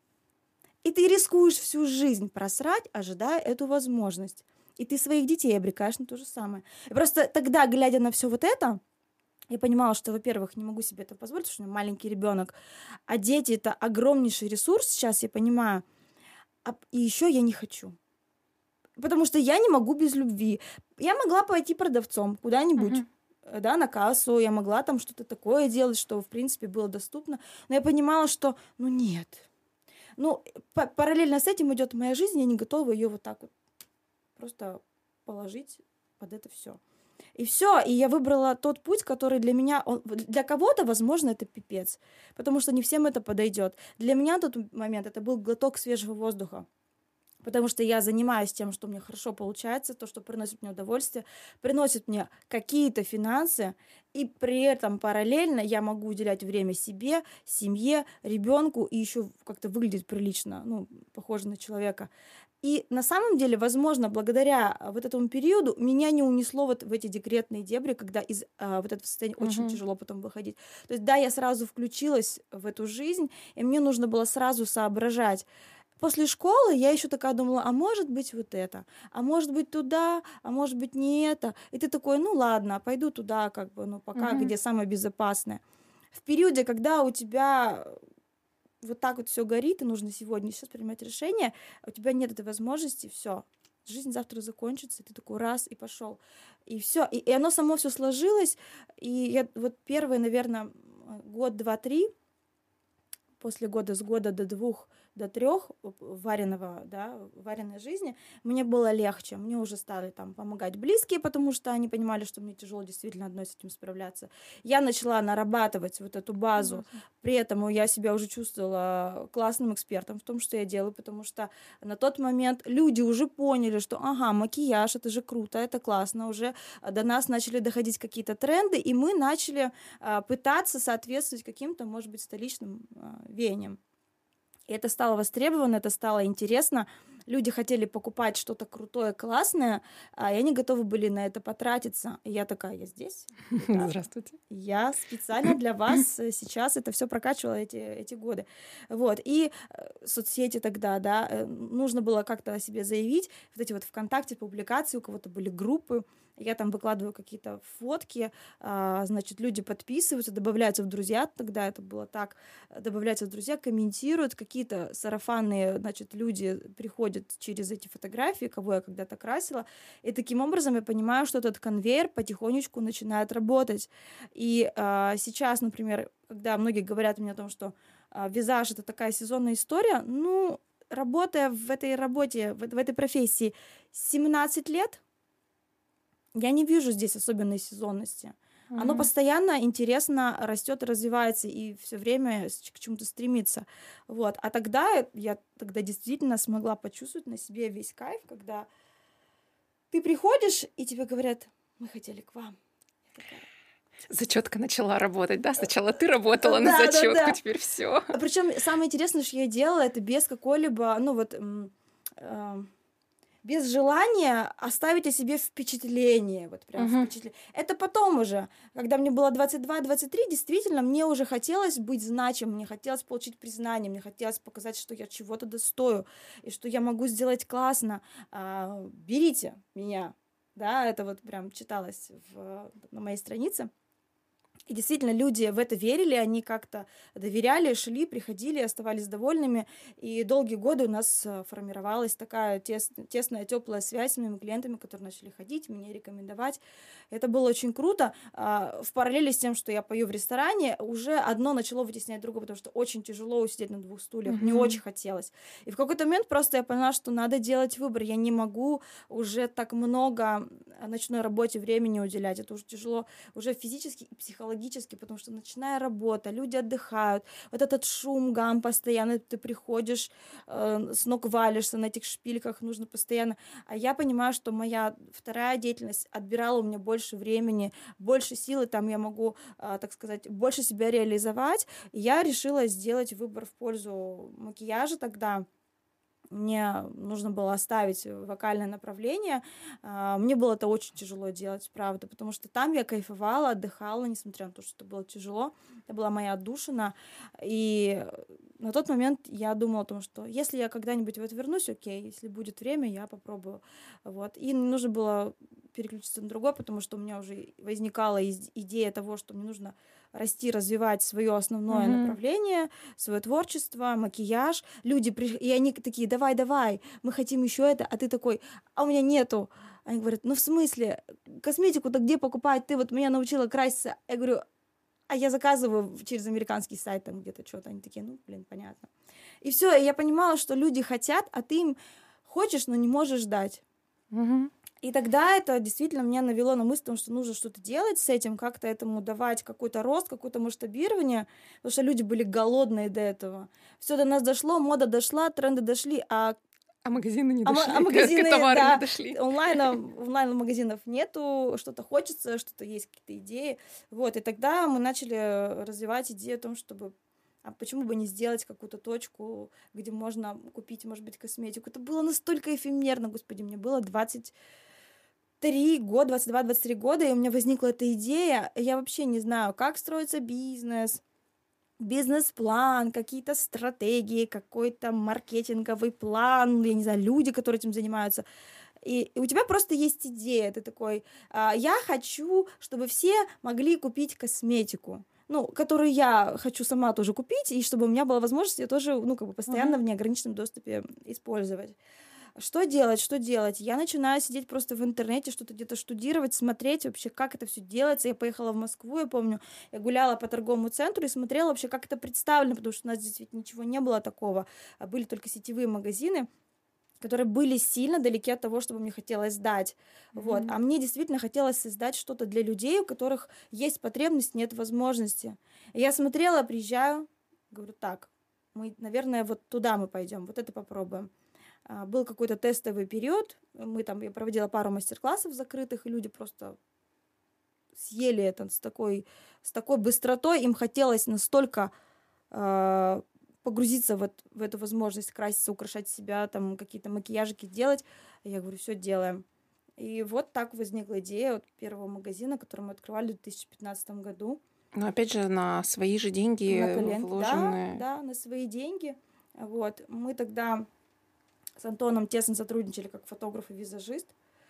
И ты рискуешь всю жизнь просрать, ожидая эту возможность. И ты своих детей обрекаешь на то же самое. И просто тогда, глядя на все вот это, я понимала, что, во-первых, не могу себе это позволить, потому что у меня маленький ребенок, а дети — это огромнейший ресурс, сейчас я понимаю, и еще я не хочу. Потому что я не могу без любви. Я могла пойти продавцом куда-нибудь, да, на кассу, я могла там что-то такое делать, что, в принципе, было доступно, но я понимала, что, ну, нет. Ну, параллельно с этим идет моя жизнь, я не готова ее вот так вот просто положить под это все. И все, и я выбрала тот путь, который для меня, для кого-то, возможно, это пипец, потому что не всем это подойдет. Для меня на тот момент это был глоток свежего воздуха. Потому что я занимаюсь тем, что мне хорошо получается, то, что приносит мне удовольствие, приносит мне какие-то финансы, и при этом параллельно я могу уделять время себе, семье, ребенку и еще как-то выглядеть прилично, ну, похоже на человека. И на самом деле, возможно, благодаря вот этому периоду меня не унесло вот в эти декретные дебри, когда из вот этого состояния очень тяжело потом выходить. То есть, да, я сразу включилась в эту жизнь, и мне нужно было сразу соображать. После школы я еще такая думала, а может быть вот это, а может быть туда, а может быть не это. И ты такой, ну ладно, пойду туда, как бы, ну пока, где самое безопасное. В периоде, когда у тебя вот так вот все горит, и нужно сегодня сейчас принимать решение, а у тебя нет этой возможности, все, жизнь завтра закончится, и ты такой раз и пошел. И все, и оно само все сложилось. И я вот первые, наверное, год, два, три, после года, с года до 2, до 3 вареной жизни, мне было легче. Мне уже стали там помогать близкие, потому что они понимали, что мне тяжело действительно одной с этим справляться. Я начала нарабатывать вот эту базу. При этом я себя уже чувствовала классным экспертом в том, что я делаю, потому что на тот момент люди уже поняли, что ага, макияж, это же круто, это классно. Уже до нас начали доходить какие-то тренды, и мы начали пытаться соответствовать каким-то, может быть, столичным веяниям. И это стало востребовано, это стало интересно. Люди хотели покупать что-то крутое, классное, и они готовы были на это потратиться. И я такая, я здесь. Да. Здравствуйте. Я специально для вас сейчас это все прокачивала эти годы. Вот. И соцсети тогда, да, нужно было как-то о себе заявить. Вот эти вот ВКонтакте публикации, у кого-то были группы. Я там выкладываю какие-то фотки, значит, люди подписываются, добавляются в друзья, тогда это было так, добавляются в друзья, комментируют, какие-то сарафанные, значит, люди приходят через эти фотографии, кого я когда-то красила, и таким образом я понимаю, что этот конвейер потихонечку начинает работать. И сейчас, например, когда многие говорят мне о том, что визаж — это такая сезонная история, ну, работая в этой работе, в этой профессии 17 лет, я не вижу здесь особенной сезонности. Оно постоянно интересно растет и развивается, и все время к чему-то стремится. Вот. А тогда я действительно смогла почувствовать на себе весь кайф, когда ты приходишь, и тебе говорят, мы хотели к вам. Зачетка начала работать, да? Сначала ты работала на зачетку, теперь все. Причем самое интересное, что я делала, это без какой-либо, ну вот, без желания оставить о себе впечатление. Вот прям впечатление. Это потом уже, когда мне было 22-23, действительно, мне уже хотелось быть значимым, мне хотелось получить признание, мне хотелось показать, что я чего-то достою, и что я могу сделать классно. Берите меня. Да, это вот прям читалось на моей странице. И действительно, люди в это верили, они как-то доверяли, шли, приходили, оставались довольными. И долгие годы у нас формировалась такая тесная, теплая связь с моими клиентами, которые начали ходить, меня рекомендовать. Это было очень круто. В параллели с тем, что я пою в ресторане, уже одно начало вытеснять другое, потому что очень тяжело усидеть на 2 стульях. Мне очень хотелось. И в какой-то момент просто я поняла, что надо делать выбор. Я не могу уже так много ночной работе времени уделять. Это уже тяжело, уже физически и психологически, потому что ночная работа, люди отдыхают, вот этот шум, гам постоянно, ты приходишь, с ног валишься на этих шпильках, нужно постоянно. А я понимаю, что моя вторая деятельность отбирала у меня больше времени, больше силы, там я могу, так сказать, больше себя реализовать. И я решила сделать выбор в пользу макияжа тогда. Мне нужно было оставить вокальное направление. Мне было это очень тяжело делать, правда, потому что там я кайфовала, отдыхала, несмотря на то, что это было тяжело. Это была моя отдушина. И на тот момент я думала о том, что если я когда-нибудь в это вернусь, окей, если будет время, я попробую. Вот. И нужно было переключиться на другое, потому что у меня уже возникала идея того, что мне нужно расти, развивать свое основное направление, свое творчество, макияж. Люди и они такие, давай, мы хотим еще это, а ты такой, а у меня нету. Они говорят, ну в смысле, косметику-то где покупать? Ты вот меня научила краситься. Я говорю, а я заказываю через американский сайт там где-то что-то. Они такие, ну, блин, понятно. И все, и я понимала, что люди хотят, а ты им хочешь, но не можешь дать. И тогда это действительно меня навело на мысль, что нужно что-то делать с этим, как-то этому давать какой-то рост, какое-то масштабирование, потому что люди были голодные до этого. Все до нас дошло, мода дошла, тренды дошли, А магазины не а дошли, магазины, товары не да, дошли. онлайн-магазинов нету, что-то хочется, что-то есть, какие-то идеи. Вот, и тогда мы начали развивать идею о том, чтобы почему бы не сделать какую-то точку, где можно купить, может быть, косметику. Это было настолько эфемерно, господи, мне было 23 года, 22-23 года, и у меня возникла эта идея. Я вообще не знаю, как строится бизнес-план, какие-то стратегии, какой-то маркетинговый план, я не знаю, люди, которые этим занимаются. И у тебя просто есть идея, ты такой, я хочу, чтобы все могли купить косметику, ну, которую я хочу сама тоже купить, и чтобы у меня была возможность ее тоже, ну, как бы постоянно в неограниченном доступе использовать. Что делать, что делать? Я начинаю сидеть просто в интернете, что-то где-то штудировать, смотреть вообще, как это все делается. Я поехала в Москву, я помню, я гуляла по торговому центру и смотрела вообще, как это представлено, потому что у нас здесь ведь ничего не было такого, а были только сетевые магазины, которые были сильно далеки от того, что мне хотелось сдать. Вот. А мне действительно хотелось создать что-то для людей, у которых есть потребность, нет возможности. И я смотрела, приезжаю, говорю, так, мы, наверное, вот туда мы пойдем, вот это попробуем. Был какой-то тестовый период, я проводила пару мастер-классов закрытых, и люди просто съели это с такой быстротой, им хотелось настолько погрузиться вот в эту возможность краситься, украшать себя, там какие-то макияжики делать. Я говорю, все делаем. И вот так возникла идея вот первого магазина, который мы открывали в 2015 году. Но опять же, на свои же деньги На коленке, вложенные. да, на свои деньги. Вот. Мы тогда с Антоном тесно сотрудничали как фотограф и визажист.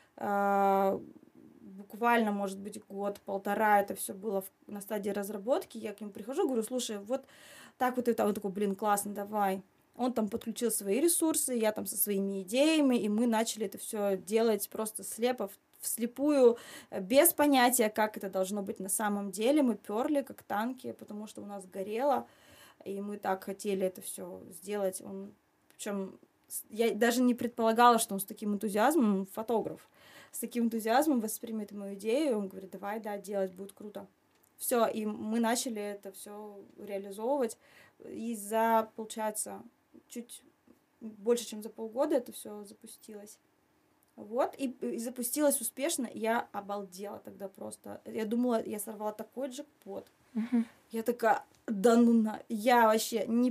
Буквально, может быть, год-полтора это все было на стадии разработки. Я к нему прихожу, говорю, слушай, вот так вот это. Он такой, блин, классно, давай. Он там подключил свои ресурсы, я там со своими идеями, и мы начали это все делать просто слепо, вслепую, без понятия, как это должно быть на самом деле. Мы перли как танки, потому что у нас горело, и мы так хотели это все сделать. Причем я даже не предполагала, что он с таким энтузиазмом, он фотограф, с таким энтузиазмом воспримет мою идею. Он говорит, давай, да, делать будет круто. Все, и мы начали это все реализовывать. И получается, чуть больше, чем за полгода это все запустилось. Вот, и запустилось успешно, и я обалдела тогда просто. Я думала, я сорвала такой джекпот. Я такая, да ну на... Я вообще не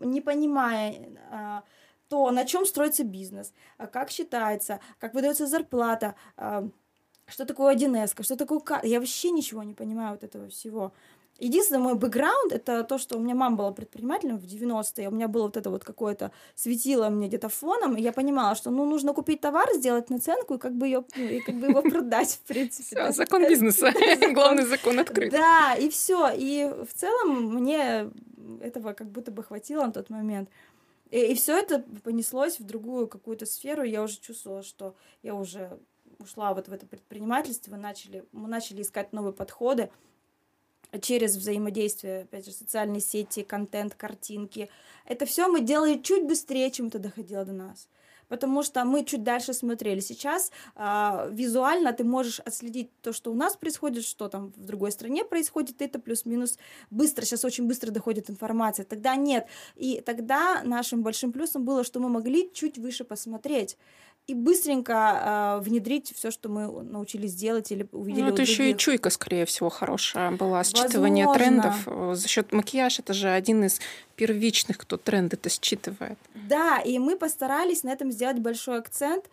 понимая то, на чем строится бизнес, как считается, как выдается зарплата, что такое 1С, что такое карта. Я вообще ничего не понимаю вот этого всего. Единственный мой бэкграунд — это то, что у меня мама была предпринимателем в 90-е, у меня было вот это вот какое-то светило мне где-то фоном, и я понимала, что нужно купить товар, сделать наценку и как бы его продать, в принципе. Всё, закон бизнеса. Главный закон открыт. Да, и все. И в целом мне этого как будто бы хватило на тот момент. И все это понеслось в другую какую-то сферу. Я уже чувствовала, что я уже ушла вот в это предпринимательство. Мы начали искать новые подходы через взаимодействие, опять же, социальные сети, контент, картинки. Это все мы делали чуть быстрее, чем это доходило до нас. Потому что мы чуть дальше смотрели. Сейчас визуально ты можешь отследить то, что у нас происходит, что там в другой стране происходит, это плюс-минус быстро. Сейчас очень быстро доходит информация. Тогда нет. И тогда нашим большим плюсом было, что мы могли чуть выше посмотреть и быстренько внедрить все, что мы научились делать или увидели у это других. еще и чуйка, скорее всего, хорошая была. Считывание трендов. За счет макияжа это же один из первичных, кто тренды-то считывает. Да, и мы постарались на этом сделать большой акцент,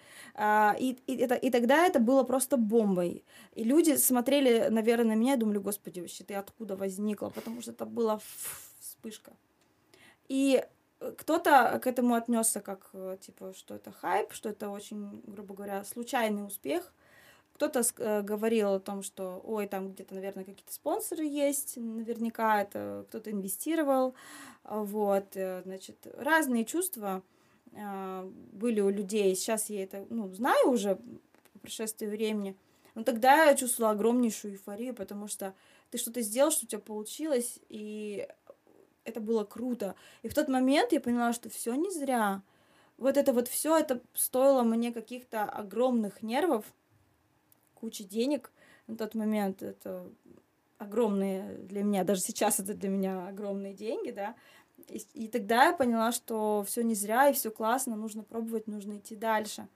и тогда это было просто бомбой. И люди смотрели, наверное, на меня и думали, господи, вообще ты откуда возникла, потому что это была вспышка. И кто-то к этому отнесся как, типа, что это хайп, что это очень, грубо говоря, случайный успех. Кто-то говорил о том, что, ой, там где-то, наверное, какие-то спонсоры есть, наверняка это кто-то инвестировал. Вот, значит, разные чувства были у людей. Сейчас я это, знаю уже по прошествии времени. Но тогда я чувствовала огромнейшую эйфорию, потому что ты что-то сделал, что у тебя получилось, и это было круто. И в тот момент я поняла, что все не зря. Вот это вот все, это стоило мне каких-то огромных нервов, куча денег на тот момент, это огромные для меня, даже сейчас это для меня огромные деньги, да, и тогда я поняла, что все не зря, и все классно, нужно пробовать, нужно идти дальше.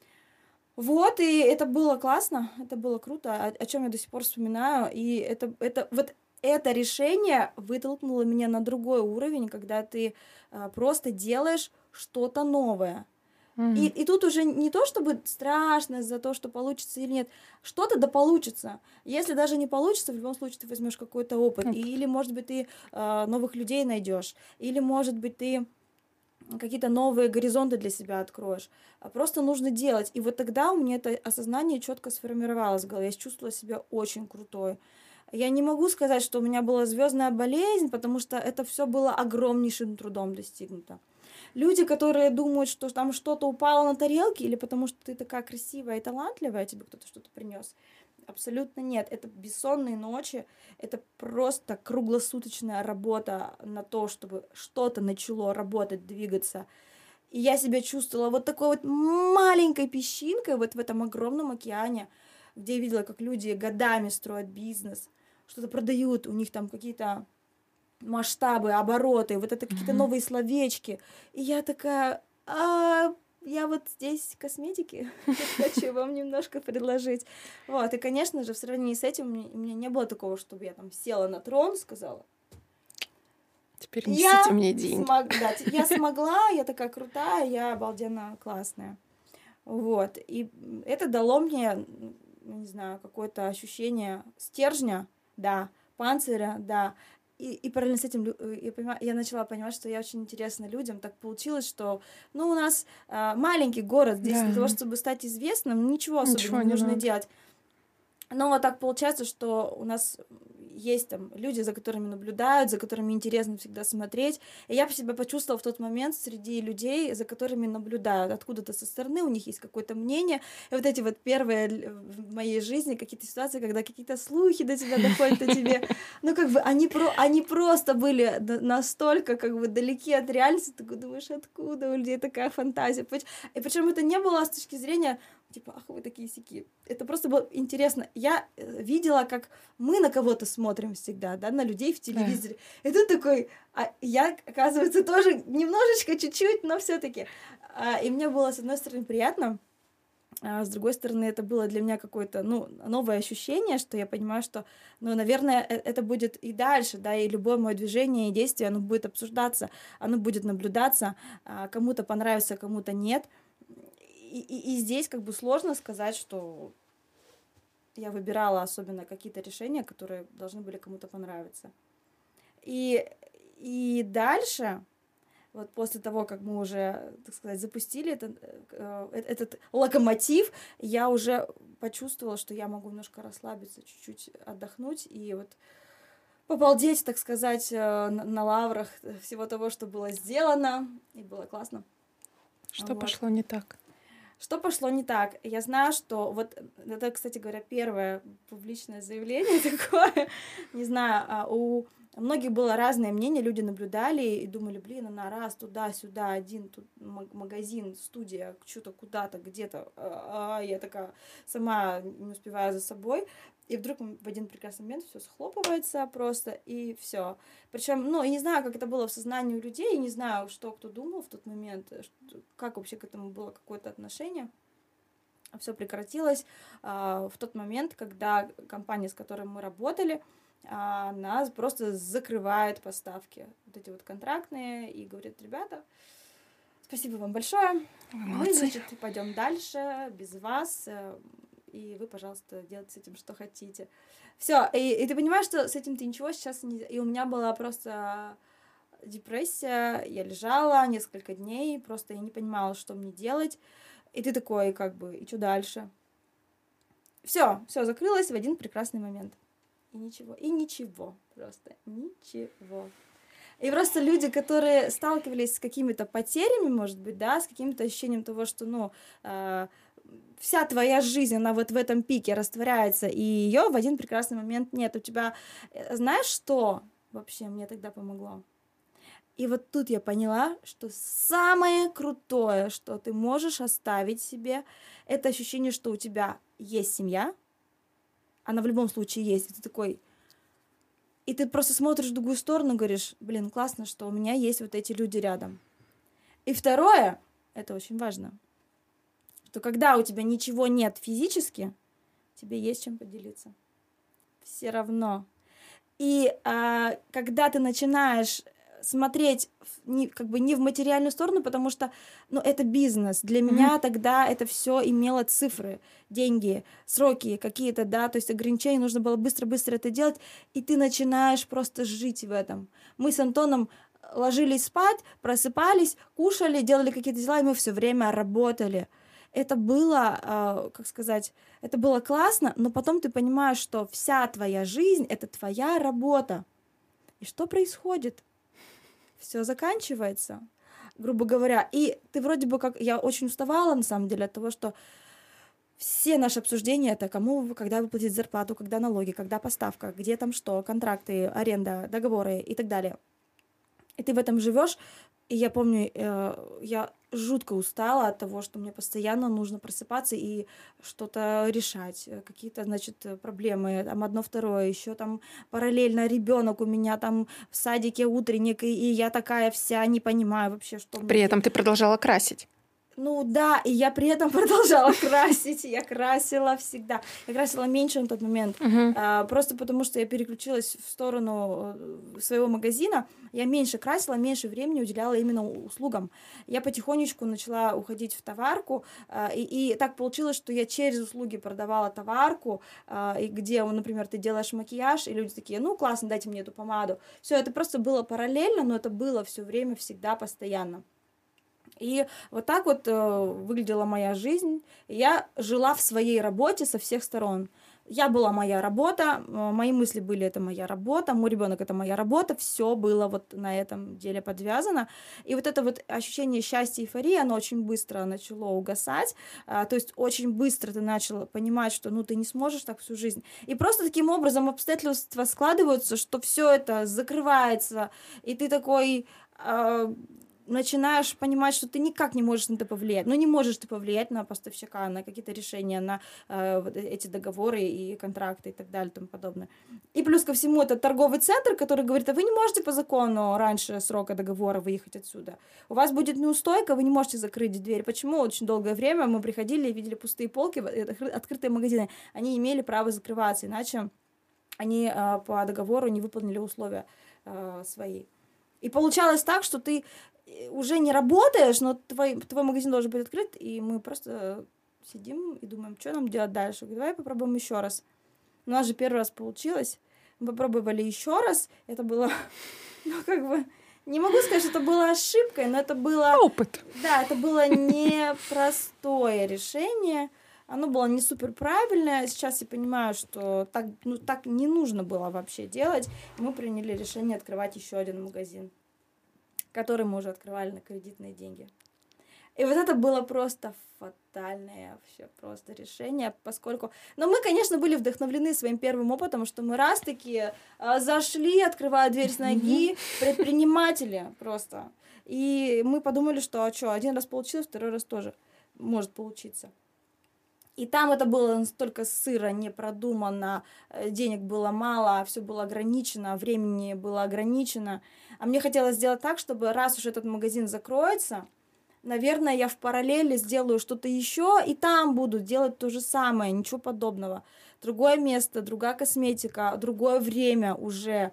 Вот, и это было классно, это было круто, о чем я до сих пор вспоминаю, и вот это решение вытолкнуло меня на другой уровень, когда ты просто делаешь что-то новое. И тут уже не то, чтобы страшно за то, что получится или нет, что-то да получится. Если даже не получится, в любом случае ты возьмешь какой-то опыт, или, может быть, ты новых людей найдешь, или, может быть, ты какие-то новые горизонты для себя откроешь. Просто нужно делать. И вот тогда у меня это осознание четко сформировалось в голове. Я чувствовала себя очень крутой. Я не могу сказать, что у меня была звездная болезнь, потому что это все было огромнейшим трудом достигнуто. Люди, которые думают, что там что-то упало на тарелке, или потому что ты такая красивая и талантливая, тебе кто-то что-то принес. Абсолютно нет. Это бессонные ночи, это просто круглосуточная работа на то, чтобы что-то начало работать, двигаться. И я себя чувствовала вот такой вот маленькой песчинкой вот в этом огромном океане, где я видела, как люди годами строят бизнес, что-то продают, у них там какие-то масштабы, обороты, вот это какие-то новые словечки. И я такая, я вот здесь косметики хочу вам немножко предложить. Вот, и, конечно же, в сравнении с этим у меня не было такого, чтобы я там села на трон, сказала, теперь несите мне деньги. Я смогла, я такая крутая, я обалденно классная. Вот, и это дало мне, не знаю, какое-то ощущение стержня, да, панциря, да. И параллельно с этим я начала понимать, что я очень интересна людям. Так получилось, что у нас маленький город, здесь для того, чтобы стать известным, ничего особенного не нужно делать. Но так получается, что у нас есть там люди, за которыми наблюдают, за которыми интересно всегда смотреть. И я себя почувствовала в тот момент среди людей, за которыми наблюдают. Откуда-то со стороны у них есть какое-то мнение. И вот эти вот первые в моей жизни какие-то ситуации, когда какие-то слухи до тебя доходят о тебе. Они просто были настолько далеки от реальности. Ты думаешь, откуда у людей такая фантазия? И причем это не было с точки зрения типа, ах, вы такие сики. Это просто было интересно. Я видела, как мы на кого-то смотрим всегда, да, на людей в телевизоре. Да. И тут такой, я, оказывается, тоже немножечко, чуть-чуть, но все-таки. И мне было, с одной стороны, приятно, а с другой стороны, это было для меня какое-то, новое ощущение, что я понимаю, что, наверное, это будет и дальше, да, и любое мое движение и действие, оно будет обсуждаться, оно будет наблюдаться, кому-то понравится, кому-то нет. И здесь сложно сказать, что я выбирала особенно какие-то решения, которые должны были кому-то понравиться. И дальше, вот после того, как мы уже, так сказать, запустили этот локомотив, я уже почувствовала, что я могу немножко расслабиться, чуть-чуть отдохнуть и вот побалдеть, так сказать, на лаврах всего того, что было сделано, и было классно. Что пошло не так? Что пошло не так? Я знаю, что вот это, кстати говоря, первое публичное заявление такое. Не знаю, у многих было разное мнение, люди наблюдали и думали, блин, она раз туда-сюда, один тут магазин, студия, что-то куда-то, где-то. Я такая сама не успеваю за собой. И вдруг в один прекрасный момент все схлопывается просто, и все. Причем, я не знаю, как это было в сознании у людей, я не знаю, что кто думал в тот момент, как вообще к этому было какое-то отношение. Все прекратилось в тот момент, когда компания, с которой мы работали, нас просто закрывает поставки, вот эти вот контрактные, и говорят, ребята, спасибо вам большое, мы, значит, пойдем дальше без вас, и вы, пожалуйста, делайте с этим, что хотите. Все, и ты понимаешь, что с этим ты ничего сейчас не... И у меня была просто депрессия, я лежала несколько дней, просто я не понимала, что мне делать. И ты такой, и что дальше? Все закрылось в один прекрасный момент. И ничего, просто ничего. И просто люди, которые сталкивались с какими-то потерями, может быть, да, с каким-то ощущением того, что, вся твоя жизнь, она вот в этом пике растворяется, и ее в один прекрасный момент нет. У тебя, знаешь, что вообще мне тогда помогло? И вот тут я поняла, что самое крутое, что ты можешь оставить себе, это ощущение, что у тебя есть семья, она в любом случае есть. И ты такой... И ты просто смотришь в другую сторону и говоришь, блин, классно, что у меня есть вот эти люди рядом. И второе, это очень важно, что когда у тебя ничего нет физически, тебе есть чем поделиться. Все равно. И когда ты начинаешь смотреть как бы не в материальную сторону, потому что это бизнес. Для меня тогда это все имело цифры, деньги, сроки какие-то, да, то есть ограничения, нужно было быстро-быстро это делать, и ты начинаешь просто жить в этом. Мы с Антоном ложились спать, просыпались, кушали, делали какие-то дела, и мы все время работали. Это было, как сказать, это было классно, но потом ты понимаешь, что вся твоя жизнь — это твоя работа. И что происходит? Все заканчивается, грубо говоря. И ты вроде бы как... Я очень уставала, на самом деле, от того, что все наши обсуждения — это кому, когда выплатить зарплату, когда налоги, когда поставка, где там что, контракты, аренда, договоры и так далее. И ты в этом живешь. И я помню, я жутко устала от того, что мне постоянно нужно просыпаться и что-то решать, какие-то, значит, проблемы, там одно, второе, еще там параллельно ребенок у меня там в садике утренник, и я такая вся не понимаю вообще, что мне При этом ты продолжала красить. Ну да, и я при этом продолжала красить, я красила всегда. Я красила меньше на тот момент, просто потому что я переключилась в сторону своего магазина, я меньше красила, меньше времени уделяла именно услугам. Я потихонечку начала уходить в товарку, и так получилось, что я через услуги продавала товарку, и где, например, ты делаешь макияж, и люди такие, ну классно, дайте мне эту помаду. Все, это просто было параллельно, но это было все время, всегда, постоянно. И вот так вот выглядела моя жизнь. Я жила в своей работе со всех сторон. Я была моя работа, мои мысли были это моя работа, мой ребенок это моя работа, все было вот на этом деле подвязано. И вот это вот ощущение счастья, эйфории, оно очень быстро начало угасать. То есть очень быстро ты начал понимать, что ты не сможешь так всю жизнь. И просто таким образом обстоятельства складываются, что все это закрывается, и ты такой... начинаешь понимать, что ты никак не можешь на это повлиять. Не можешь ты повлиять на поставщика, на какие-то решения, на эти договоры и контракты и так далее и тому подобное. И плюс ко всему это торговый центр, который говорит, а вы не можете по закону раньше срока договора выехать отсюда. У вас будет неустойка, вы не можете закрыть дверь. Почему? Очень долгое время мы приходили и видели пустые полки, открытые магазины. Они имели право закрываться, иначе они по договору не выполнили условия свои. И получалось так, что ты уже не работаешь, но твой магазин должен быть открыт, и мы просто сидим и думаем, что нам делать дальше. Говорю, давай попробуем еще раз. У нас же первый раз получилось. Мы попробовали еще раз. Это было, не могу сказать, что это было ошибкой, но это было... Опыт. Да, это было непростое решение. Оно было не супер правильное. Сейчас я понимаю, что так не нужно было вообще делать. И мы приняли решение открывать еще один магазин, который мы уже открывали на кредитные деньги. И вот это было просто фатальное вообще просто решение, поскольку... Но мы, конечно, были вдохновлены своим первым опытом, что мы раз-таки зашли, открывая дверь с ноги, предприниматели просто. И мы подумали, что один раз получилось, второй раз тоже может получиться. И там это было настолько сыро, не продумано, денег было мало, все было ограничено, времени было ограничено. А мне хотелось сделать так, чтобы раз уж этот магазин закроется, наверное, я в параллели сделаю что-то еще, и там буду делать то же самое, ничего подобного. Другое место, другая косметика, другое время уже.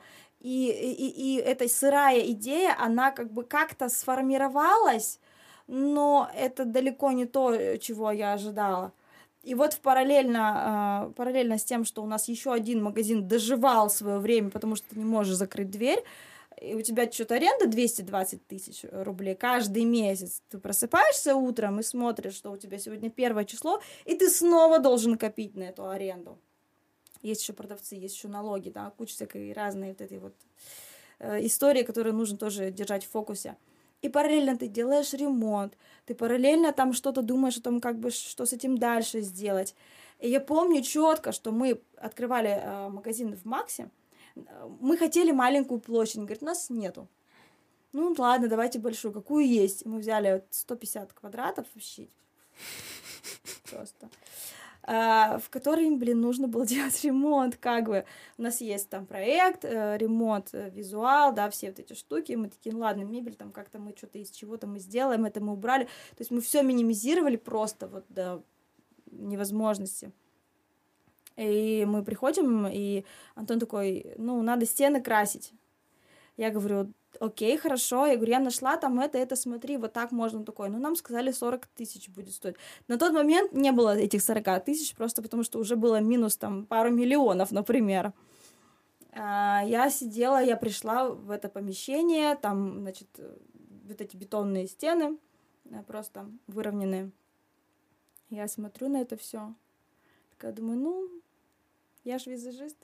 И эта сырая идея, она как-то сформировалась, но это далеко не то, чего я ожидала. И вот параллельно с тем, что у нас еще один магазин доживал свое время, потому что ты не можешь закрыть дверь, и у тебя что-то аренда 220 тысяч рублей каждый месяц. Ты просыпаешься утром и смотришь, что у тебя сегодня 1 число, и ты снова должен копить на эту аренду. Есть еще продавцы, есть еще налоги, да, куча всякой разные вот этой вот истории, которые нужно тоже держать в фокусе. И параллельно ты делаешь ремонт, ты параллельно там что-то думаешь о том, что с этим дальше сделать. И я помню четко, что мы открывали магазин в Максе, мы хотели маленькую площадь, говорит, у нас нету. Ну ладно, давайте большую, какую есть. Мы взяли 150 квадратов вообще. Просто. в который, нужно было делать ремонт, как бы. У нас есть там проект, ремонт, визуал, да, все вот эти штуки. Мы такие, ну ладно, мебель там как-то мы что-то из чего-то мы сделаем, это мы убрали. То есть мы все минимизировали просто вот до невозможности. И мы приходим, и Антон такой, ну, надо стены красить. Я говорю, окей, хорошо. Я говорю, я нашла там это, смотри, вот так можно. Он такой, ну, нам сказали 40 тысяч будет стоить. На тот момент не было этих 40 тысяч, просто потому что уже было минус там пару миллионов, например. Я сидела, я пришла в это помещение, там, значит, вот эти бетонные стены просто выровненные. Я смотрю на это все. Такая думаю, ну, я ж визажист.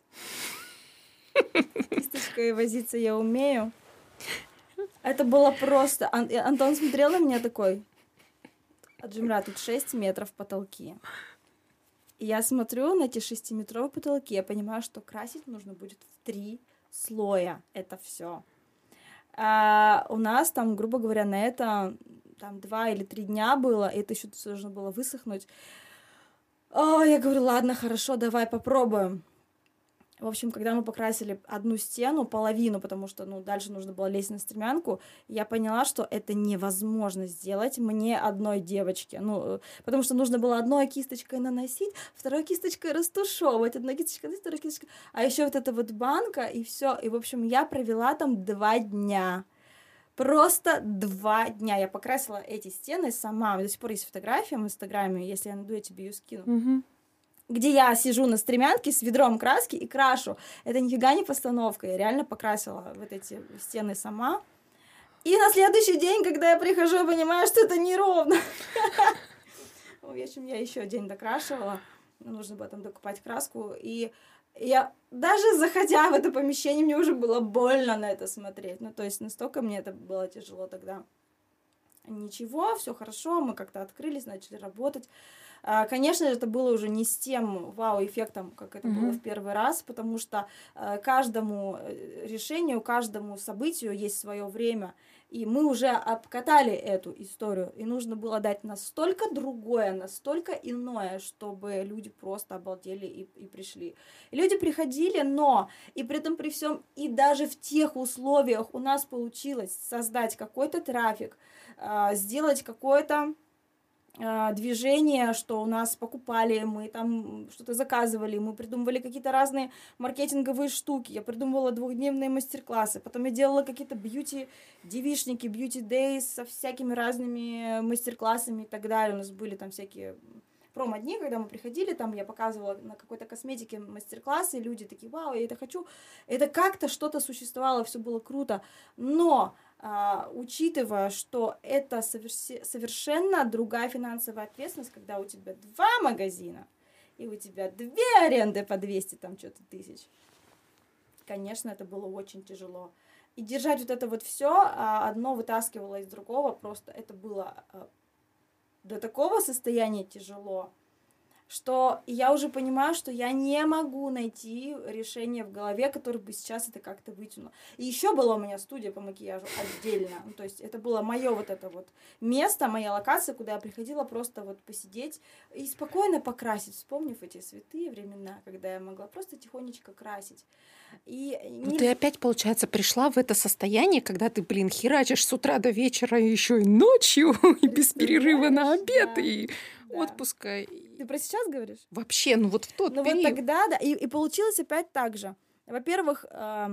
Кисточкой возиться я умею. Это было просто... Антон смотрел на меня такой, Джимра, тут 6 метров потолки. И я смотрю на эти 6-метровые потолки, я понимаю, что красить нужно будет в 3 слоя это все. У нас там, грубо говоря, на это там 2 или 3 дня было, и это еще должно было высохнуть. Я говорю, ладно, хорошо, давай попробуем. В общем, когда мы покрасили одну стену, половину, потому что, ну, дальше нужно было лезть на стремянку, я поняла, что это невозможно сделать мне одной девочке. Ну, потому что нужно было одной кисточкой наносить, второй кисточкой растушевывать, одной кисточкой, второй кисточкой. А еще вот эта вот банка, и все. И, в общем, я провела там 2 дня. Просто 2 дня. Я покрасила эти стены сама. До сих пор есть фотография в Инстаграме, если я найду, я тебе ее скину. Где я сижу на стремянке с ведром краски и крашу. Это нифига не постановка. Я реально покрасила вот эти стены сама. И на следующий день, когда я прихожу, я понимаю, что это неровно. В общем, я еще день докрашивала. Нужно было там докупать краску. И я даже заходя в это помещение, мне уже было больно на это смотреть. Ну, то есть настолько мне это было тяжело тогда. Ничего, все хорошо, мы как-то открылись, начали работать. Конечно, это было уже не с тем вау-эффектом, как это было в первый раз, потому что каждому решению, каждому событию есть свое время. И мы уже обкатали эту историю, и нужно было дать настолько другое, настолько иное, чтобы люди просто обалдели и пришли. И люди приходили, но и при этом при всем, и даже в тех условиях у нас получилось создать какой-то трафик, сделать какое-то движение, что у нас покупали, мы там что-то заказывали, мы придумывали какие-то разные маркетинговые штуки, я придумывала 2-дневные мастер-классы, потом я делала какие-то бьюти-девишники, бьюти-дейз со всякими разными мастер-классами и так далее, у нас были там всякие промо-дни, когда мы приходили, там я показывала на какой-то косметике мастер-классы, и люди такие, вау, я это хочу, это как-то что-то существовало, все было круто, но учитывая, что это совершенно другая финансовая ответственность, когда у тебя 2 магазина, и у тебя 2 аренды по 200 там что-то тысяч. Конечно, это было очень тяжело. И держать вот это вот все, одно вытаскивало из другого, просто это было до такого состояния тяжело, что я уже понимаю, что я не могу найти решение в голове, которое бы сейчас это как-то вытянуло. И еще была у меня студия по макияжу отдельно. Ну, то есть это было мое вот это вот место, моя локация, куда я приходила просто вот посидеть и спокойно покрасить, вспомнив эти святые времена, когда я могла просто тихонечко красить. И ну, ты опять, получается, пришла в это состояние, когда ты, херачишь с утра до вечера, еще и ночью, и без перерыва на обед, да. И отпуска. Ты про сейчас говоришь? Вообще, ну вот в тот период. Вот тогда, да, и получилось опять так же. Во-первых,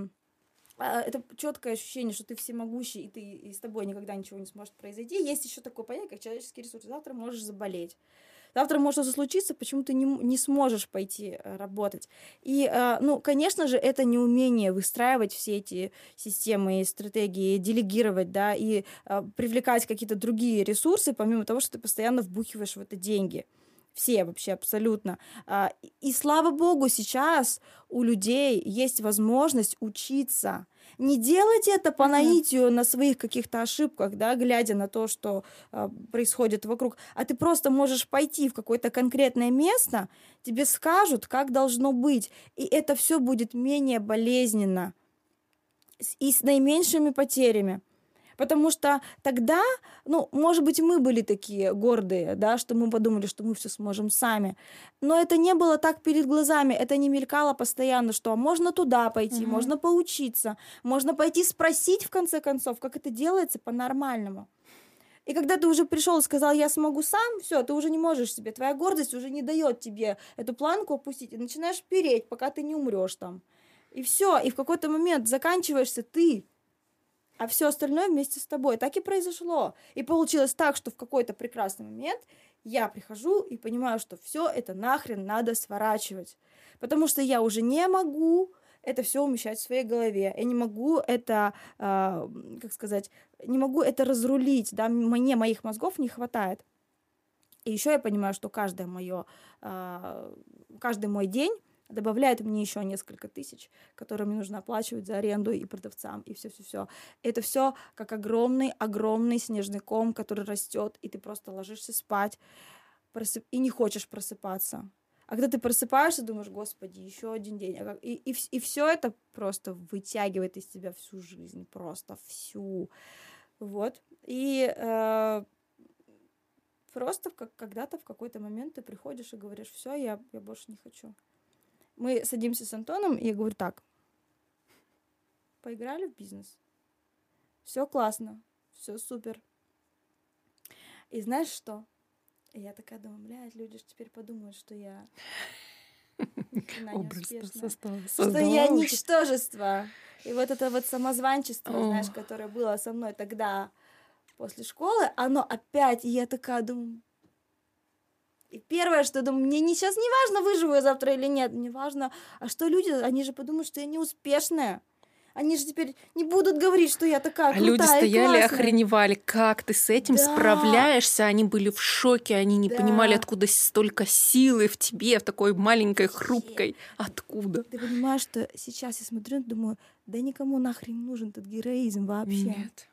это четкое ощущение, что ты всемогущий, и с тобой никогда ничего не сможет произойти. Есть еще такое понятие, как человеческий ресурс. Завтра можешь заболеть. Завтра может что-то случиться, почему ты не сможешь пойти работать. И, ну, конечно же, это неумение выстраивать все эти системы и стратегии, делегировать, да, и привлекать какие-то другие ресурсы, помимо того, что ты постоянно вбухиваешь в это деньги. Все вообще абсолютно. И слава богу, сейчас у людей есть возможность учиться. Не делать это по наитию на своих каких-то ошибках, да, глядя на то, что происходит вокруг, а ты просто можешь пойти в какое-то конкретное место, тебе скажут, как должно быть, и это все будет менее болезненно и с наименьшими потерями. Потому что тогда, ну, может быть, мы были такие гордые, да, что мы подумали, что мы все сможем сами. Но это не было так перед глазами, это не мелькало постоянно, что можно туда пойти, можно поучиться, можно пойти спросить, в конце концов, как это делается по-нормальному. И когда ты уже пришел и сказал, я смогу сам, все, ты уже не можешь себе, твоя гордость уже не дает тебе эту планку опустить, и начинаешь переть, пока ты не умрешь там. И все, и в какой-то момент заканчиваешься ты, а все остальное вместе с тобой. Так и произошло. И получилось так, что в какой-то прекрасный момент я прихожу и понимаю, что все это нахрен надо сворачивать. Потому что я уже не могу это все умещать в своей голове. Я не могу это, как сказать, не могу это разрулить. Да? Мне моих мозгов не хватает. И еще я понимаю, что каждый мой день добавляет мне еще несколько тысяч, которые мне нужно оплачивать за аренду и продавцам, и все. Это все как огромный снежный ком, который растет, и ты просто ложишься спать и не хочешь просыпаться. А когда ты просыпаешься, думаешь, господи, еще один день. И все это просто вытягивает из тебя всю жизнь, просто всю. Вот. И просто когда-то в какой-то момент ты приходишь и говоришь, все, я больше не хочу. Мы садимся с Антоном, и я говорю, так, поиграли в бизнес, все классно, все супер. И знаешь что? И я такая думаю, блядь, люди же теперь подумают, что я неуспешная, что я ничтожество. И вот это вот самозванчество, знаешь, которое было со мной тогда после школы, оно опять, и я такая думаю, и первое, что думаю, мне сейчас не важно, выживу я завтра или нет, не важно, а что люди, они же подумают, что я неуспешная. Они же теперь не будут говорить, что я такая крутая и люди стояли, классная. охреневали, как ты с этим справляешься. Они были в шоке, они не понимали, откуда столько силы в тебе, в такой маленькой, хрупкой. Откуда? Ты понимаешь, что сейчас я смотрю и думаю, да никому нахрен не нужен этот героизм вообще. Нет.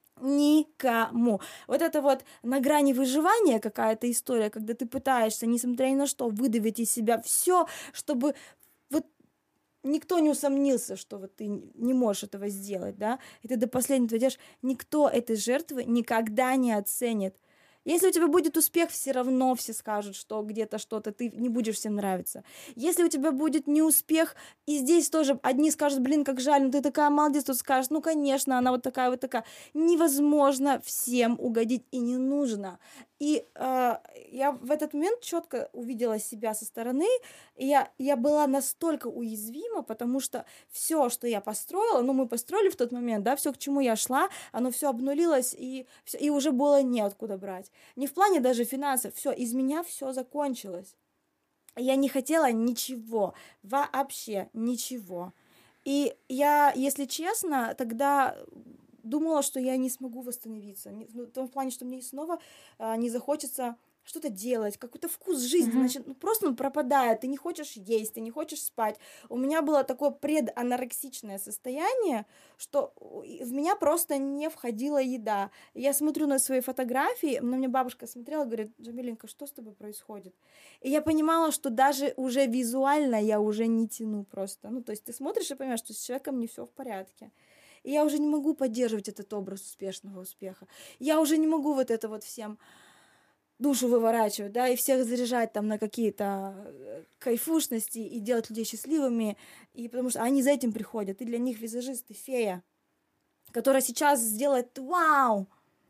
Никому. Вот это вот на грани выживания какая-то история, когда ты пытаешься, несмотря ни на что, выдавить из себя все, чтобы вот никто не усомнился, что вот ты не можешь этого сделать, да, и ты до последнего идешь, никто этой жертвы никогда не оценит. Если у тебя будет успех, все равно все скажут, что где-то что-то, ты не будешь всем нравиться. Если у тебя будет неуспех, и здесь тоже одни скажут, блин, как жаль, ну ты такая молодец, тут скажешь, ну конечно, она вот такая. Невозможно всем угодить и не нужно. И я в этот момент четко увидела себя со стороны, и я была настолько уязвима, потому что все, что я построила, ну мы построили в тот момент, да, все, к чему я шла, оно все обнулилось, и уже было неоткуда брать. Не в плане даже финансов, все, из меня все закончилось. Я не хотела ничего, вообще ничего. И я, если честно, тогда думала, что я не смогу восстановиться. В том плане, что мне снова не захочется что-то делать, какой-то вкус жизни, значит, просто пропадает, ты не хочешь есть, ты не хочешь спать. У меня было такое преданорексичное состояние, что в меня просто не входила еда. Я смотрю на свои фотографии, на меня бабушка смотрела, говорит, Джамиленька, что с тобой происходит? И я понимала, что даже уже визуально я уже не тяну просто. Ну, то есть ты смотришь и понимаешь, что с человеком не все в порядке. И я уже не могу поддерживать этот образ успешного успеха. Я уже не могу вот это вот всем душу выворачивать, да, и всех заряжать там на какие-то кайфушности и делать людей счастливыми, и потому что они за этим приходят. И для них визажист, ты фея, которая сейчас сделает вау,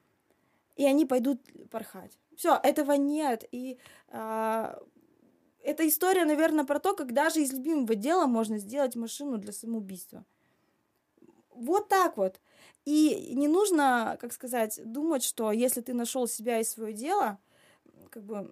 и они пойдут порхать. Все, этого нет. И эта история, наверное, про то, как даже из любимого дела можно сделать машину для самоубийства. Вот так вот. И не нужно, как сказать, думать, что если ты нашел себя и свое дело, как бы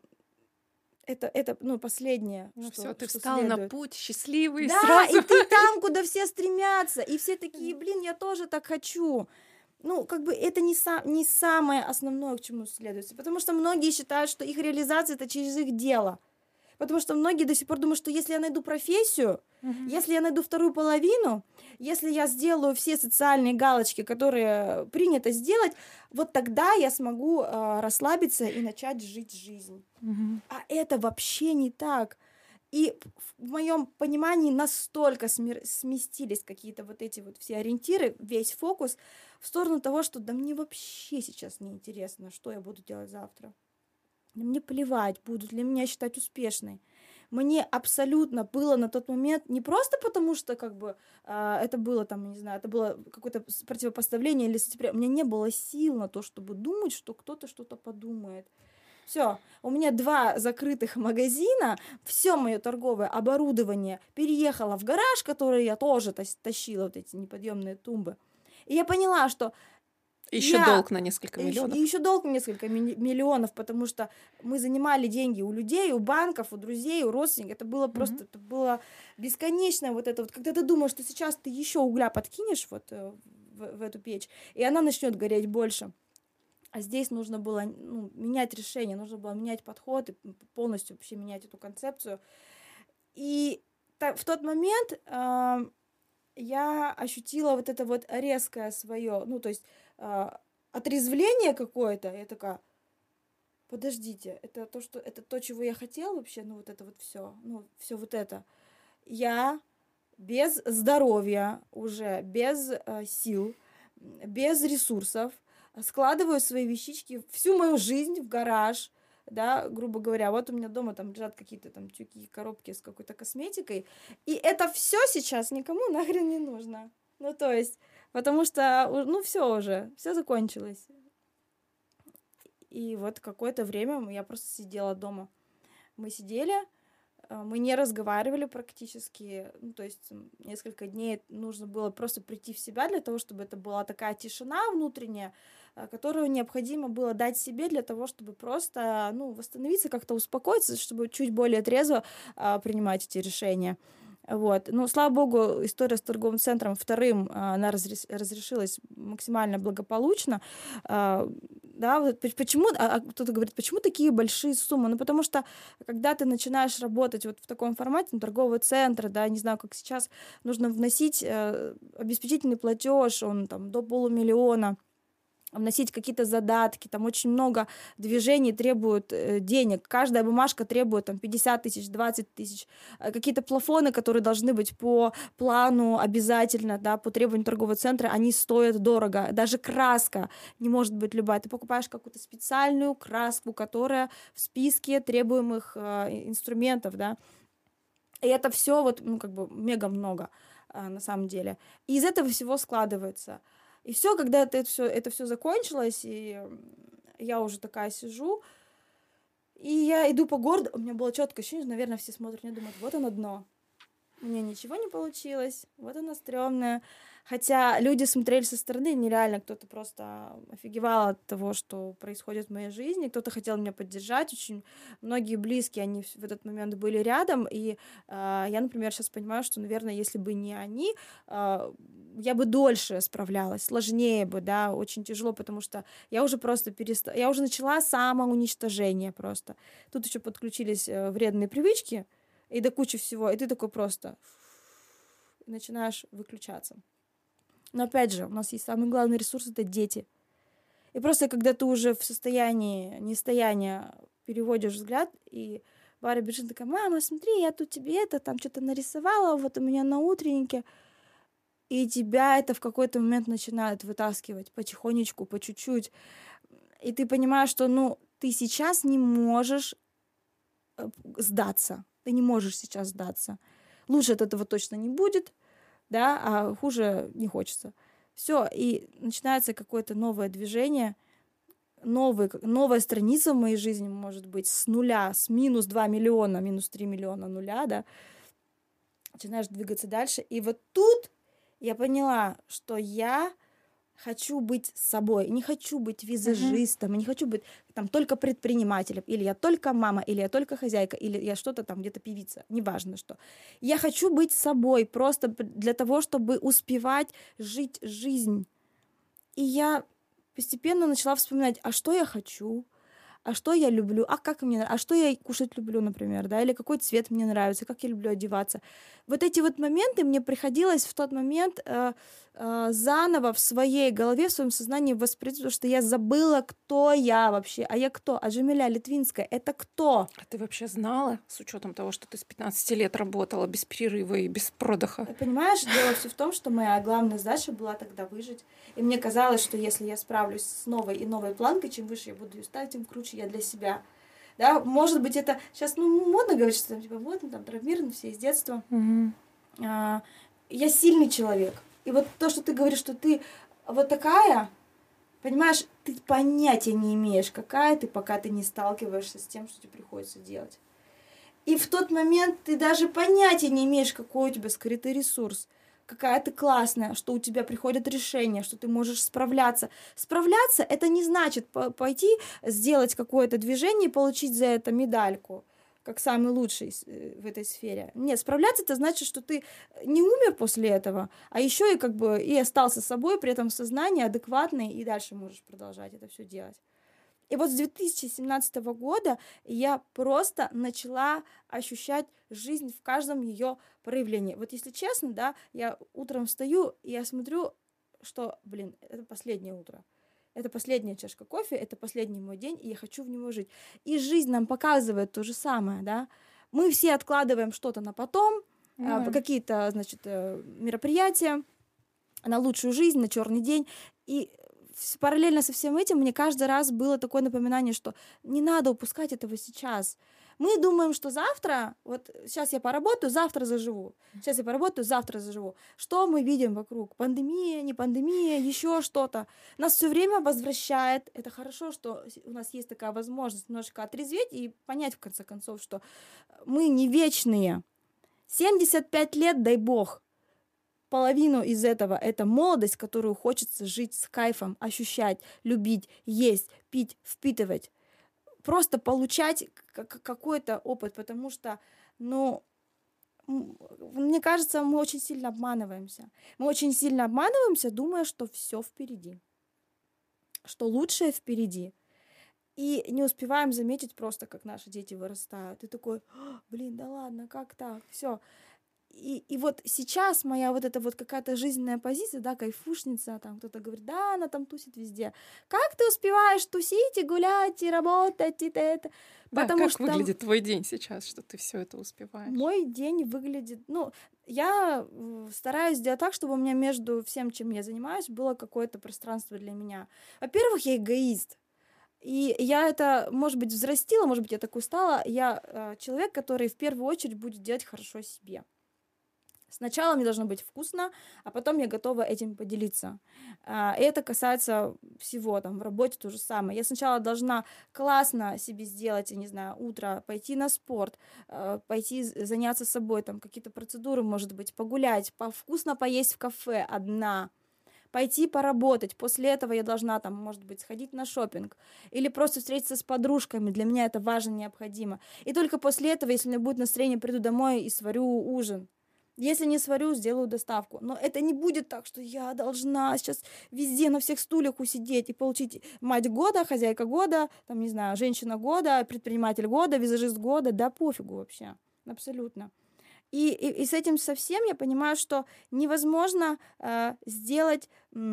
это ну, последнее. Ну что, все, ты что встал следует. на путь счастливый Да, сразу. и ты там, куда все стремятся. И все такие, блин, я тоже так хочу. Ну, как бы это не самое основное, к чему следуется. Потому что многие считают, что их реализация — это через их дело. Потому что многие до сих пор думают, что если я найду профессию, если я найду вторую половину, если я сделаю все социальные галочки, которые принято сделать, вот тогда я смогу расслабиться и начать жить жизнь. А это вообще не так. И в моем понимании настолько сместились какие-то вот эти вот все ориентиры, весь фокус в сторону того, что да мне вообще сейчас не интересно, что я буду делать завтра. Мне плевать, будут ли меня считать успешной. Мне абсолютно было на тот момент не просто потому, что как бы это было там, не знаю, это было какое-то противопоставление или у меня не было сил на то, чтобы думать, что кто-то что-то подумает. Все, у меня 2 закрытых магазина, все мое торговое оборудование переехало в гараж, который я тоже тащила, вот эти неподъемные тумбы. И я поняла, что Еще долг на несколько миллионов. И еще долг на несколько миллионов, потому что мы занимали деньги у людей, у банков, у друзей, у родственников. Это было просто, это было бесконечно вот это вот. Когда ты думаешь, что сейчас ты еще угля подкинешь вот в эту печь, и она начнет гореть больше. А здесь нужно было менять решение, нужно было менять подход и полностью вообще менять эту концепцию. И в тот момент я ощутила вот это вот резкое свое, то есть отрезвление какое-то. Я такая, подождите, это то, чего я хотела вообще, вот это вот все, все вот это. Я без здоровья уже, без сил, без ресурсов складываю свои вещички, всю мою жизнь в гараж, да, грубо говоря, вот у меня дома там лежат какие-то там тюки, коробки с какой-то косметикой, и это все сейчас никому нахрен не нужно. То есть, потому что, все уже, все закончилось. И вот какое-то время я просто сидела дома. Мы сидели, мы не разговаривали практически, то есть несколько дней нужно было просто прийти в себя для того, чтобы это была такая тишина внутренняя, которую необходимо было дать себе для того, чтобы просто, восстановиться, как-то успокоиться, чтобы чуть более трезво принимать эти решения. Вот. Слава богу, история с торговым центром вторым, она разрешилась максимально благополучно. Да, вот почему, кто-то говорит, почему такие большие суммы? Потому что, когда ты начинаешь работать вот в таком формате, торгового центра, да, не знаю, как сейчас, нужно вносить обеспечительный платеж, он там до 500 000, вносить какие-то задатки, там очень много движений требуют денег, каждая бумажка требует там 50 000, 20 000, какие-то плафоны, которые должны быть по плану обязательно, да, по требованию торгового центра, они стоят дорого, даже краска не может быть любая, ты покупаешь какую-то специальную краску, которая в списке требуемых инструментов, да, и это все вот, мега много на самом деле, и из этого всего складывается. И все, когда это все закончилось, и я уже такая сижу, и я иду по городу, у меня было четкое ощущение, наверное, все смотрят, мне думают, вот оно дно. У меня ничего не получилось, вот оно стрёмное. Хотя люди смотрели со стороны, нереально, кто-то просто офигевал от того, что происходит в моей жизни, кто-то хотел меня поддержать, очень многие близкие, они в этот момент были рядом, и я, например, сейчас понимаю, что, наверное, если бы не они, я бы дольше справлялась, сложнее бы, да, очень тяжело, потому что я уже просто я уже начала самоуничтожение просто. Тут еще подключились вредные привычки, и до кучи всего, и ты такой просто начинаешь выключаться. Но опять же, у нас есть самый главный ресурс — это дети. И просто когда ты уже в состоянии нестояния переводишь взгляд, и Варя бежит такая, мама, смотри, я тут тебе там что-то нарисовала, вот у меня на утреннике. И тебя это в какой-то момент начинает вытаскивать потихонечку, по чуть-чуть. И ты понимаешь, что, ты сейчас не можешь сдаться. Ты не можешь сейчас сдаться. Лучше от этого точно не будет, да, а хуже не хочется. Все, и начинается какое-то новое движение, новая страница в моей жизни, может быть, с нуля, с минус 2 миллиона, минус 3 миллиона нуля, да, начинаешь двигаться дальше. И вот тут я поняла, что я хочу быть собой, не хочу быть визажистом, не хочу быть там только предпринимателем, или я только мама, или я только хозяйка, или я что-то там где-то певица, неважно что. Я хочу быть собой просто для того, чтобы успевать жить жизнь. И я постепенно начала вспоминать, а что я хочу, а что я люблю, а как мне, а что я кушать люблю, например, да, или какой цвет мне нравится, как я люблю одеваться. Вот эти вот моменты мне приходилось в тот момент заново в своей голове, в своем сознании воспринимать, потому что я забыла, кто я вообще, а я кто, а Джамиля Литвинская, это кто? А ты вообще знала, с учетом того, что ты с 15 лет работала без перерыва и без продыха? Понимаешь, дело все в том, что моя главная задача была тогда выжить. И мне казалось, что если я справлюсь с новой и новой планкой, чем выше я буду ее ставить, тем круче я для себя. Да, может быть, это сейчас, модно говорить, что там, типа, вот, там, травмированы все из детства. Я сильный человек. И вот то, что ты говоришь, что ты вот такая, понимаешь, ты понятия не имеешь, какая ты, пока ты не сталкиваешься с тем, что тебе приходится делать. И в тот момент ты даже понятия не имеешь, какой у тебя скрытый ресурс, какая ты классная, что у тебя приходят решения, что ты можешь справляться. Справляться — это не значит пойти сделать какое-то движение и получить за это медальку, как самый лучший в этой сфере. Нет, справляться — это значит, что ты не умер после этого, а еще и как бы и остался собой, при этом в сознании адекватный, и дальше можешь продолжать это все делать. И вот с 2017 года я просто начала ощущать жизнь в каждом ее проявлении. Вот если честно, да, я утром встаю, и я смотрю, что, это последнее утро. Это последняя чашка кофе, это последний мой день, и я хочу в него жить. И жизнь нам показывает то же самое, да. Мы все откладываем что-то на потом, какие-то, значит, мероприятия, на лучшую жизнь, на черный день. И параллельно со всем этим мне каждый раз было такое напоминание, что не надо упускать этого сейчас. Мы думаем, что завтра, вот сейчас я поработаю, завтра заживу. Сейчас я поработаю, завтра заживу. Что мы видим вокруг? Пандемия, не пандемия, еще что-то. Нас все время возвращает. Это хорошо, что у нас есть такая возможность немножко отрезветь и понять, в конце концов, что мы не вечные. 75 лет, дай бог. Половину из этого — это молодость, которую хочется жить с кайфом, ощущать, любить, есть, пить, впитывать. Просто получать какой-то опыт, потому что, мне кажется, мы очень сильно обманываемся. Мы очень сильно обманываемся, думая, что все впереди, что лучшее впереди. И не успеваем заметить просто, как наши дети вырастают. И такой, да ладно, как так, все. И вот сейчас моя вот эта вот какая-то жизненная позиция, да, кайфушница, там кто-то говорит, да, она там тусит везде. Как ты успеваешь тусить и гулять, и работать, и это? Да, Потому как что выглядит твой день сейчас, что ты все это успеваешь? мой день выглядит, я стараюсь сделать так, чтобы у меня между всем, чем я занимаюсь, было какое-то пространство для меня. Во-первых, я эгоист. И я это, может быть, взрастила, может быть, я так устала. Я человек, который в первую очередь будет делать хорошо себе. Сначала мне должно быть вкусно, а потом я готова этим поделиться. И это касается всего, там, в работе то же самое. Я сначала должна классно себе сделать, я не знаю, утро, пойти на спорт, пойти заняться собой, там, какие-то процедуры, может быть, погулять, вкусно поесть в кафе одна, пойти поработать. После этого я должна, там, может быть, сходить на шопинг или просто встретиться с подружками. Для меня это важно, необходимо. И только после этого, если у меня будет настроение, приду домой и сварю ужин. Если не сварю, сделаю доставку. Но это не будет так, что я должна сейчас везде на всех стульях усидеть и получить мать года, хозяйка года, там, не знаю, женщина года, предприниматель года, визажист года. Да пофигу вообще. Абсолютно. И с этим совсем я понимаю, что невозможно сделать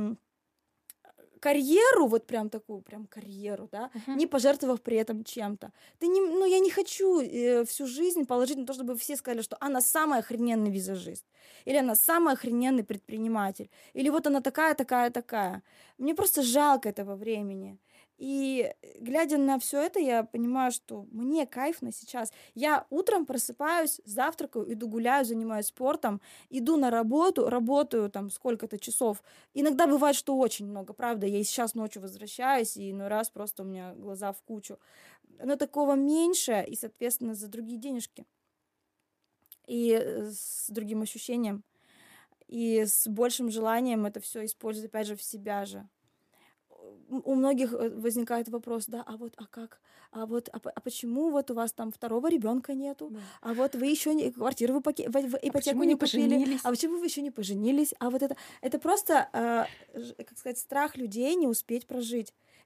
карьеру, вот прям такую, прям карьеру, да, не пожертвовав при этом чем-то. Я не хочу всю жизнь положить на то, чтобы все сказали, что она самый охрененный визажист, или она самый охрененный предприниматель, или вот она такая, такая, такая. Мне просто жалко этого времени. И глядя на все это, я понимаю, что мне кайфно сейчас. Я утром просыпаюсь, завтракаю, иду гуляю, занимаюсь спортом, иду на работу, работаю там сколько-то часов. Иногда бывает, что очень много, правда. Я и сейчас ночью возвращаюсь, и иной раз просто у меня глаза в кучу. Но такого меньше, и, соответственно, за другие денежки. И с другим ощущением. И с большим желанием это все использовать, опять же, в себя же. У многих возникает вопрос, да, а почему вот у вас там второго ребенка нету, да. А вот вы еще не квартиру в ипотеку не купили, а почему вы еще не поженились, а вот это просто, как сказать, страх людей не успеть прожить.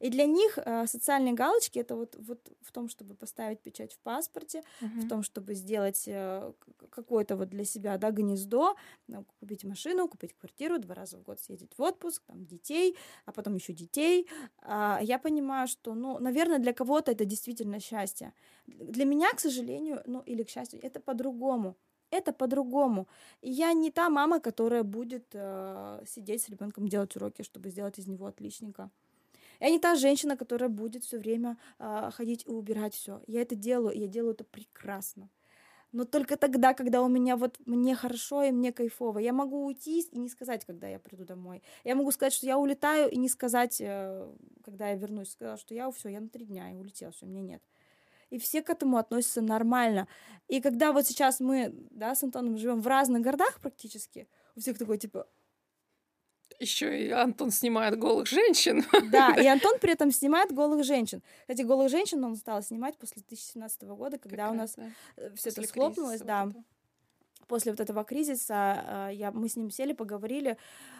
И для них социальные галочки это вот в том, чтобы поставить печать в паспорте, в том, чтобы сделать какое-то вот для себя, да, гнездо, купить машину, купить квартиру, 2 раза в год съездить в отпуск, там, детей, а потом еще детей. Я понимаю, что, ну, наверное, для кого-то это действительно счастье. Для меня, к сожалению, ну, или к счастью, это по-другому. Это по-другому. И я не та мама, которая будет сидеть с ребенком, делать уроки, чтобы сделать из него отличника. Я не та женщина, которая будет все время ходить и убирать все. Я это делаю, и я делаю это прекрасно. Но только тогда, когда у меня вот мне хорошо и мне кайфово. Я могу уйти и не сказать, когда я приду домой. Я могу сказать, что я улетаю, и не сказать, когда я вернусь. Сказать, что я все, я на 3 дня и улетела, все, меня нет. И все к этому относятся нормально. И когда вот сейчас мы, да, с Антоном живем в разных городах практически, у всех такой, типа... Еще и Антон снимает голых женщин. Да, и Антон при этом снимает голых женщин. Кстати, голых женщин он стал снимать после 2017 года, когда у нас все это схлопнулось, да. После вот этого кризиса мы с ним сели, поговорили.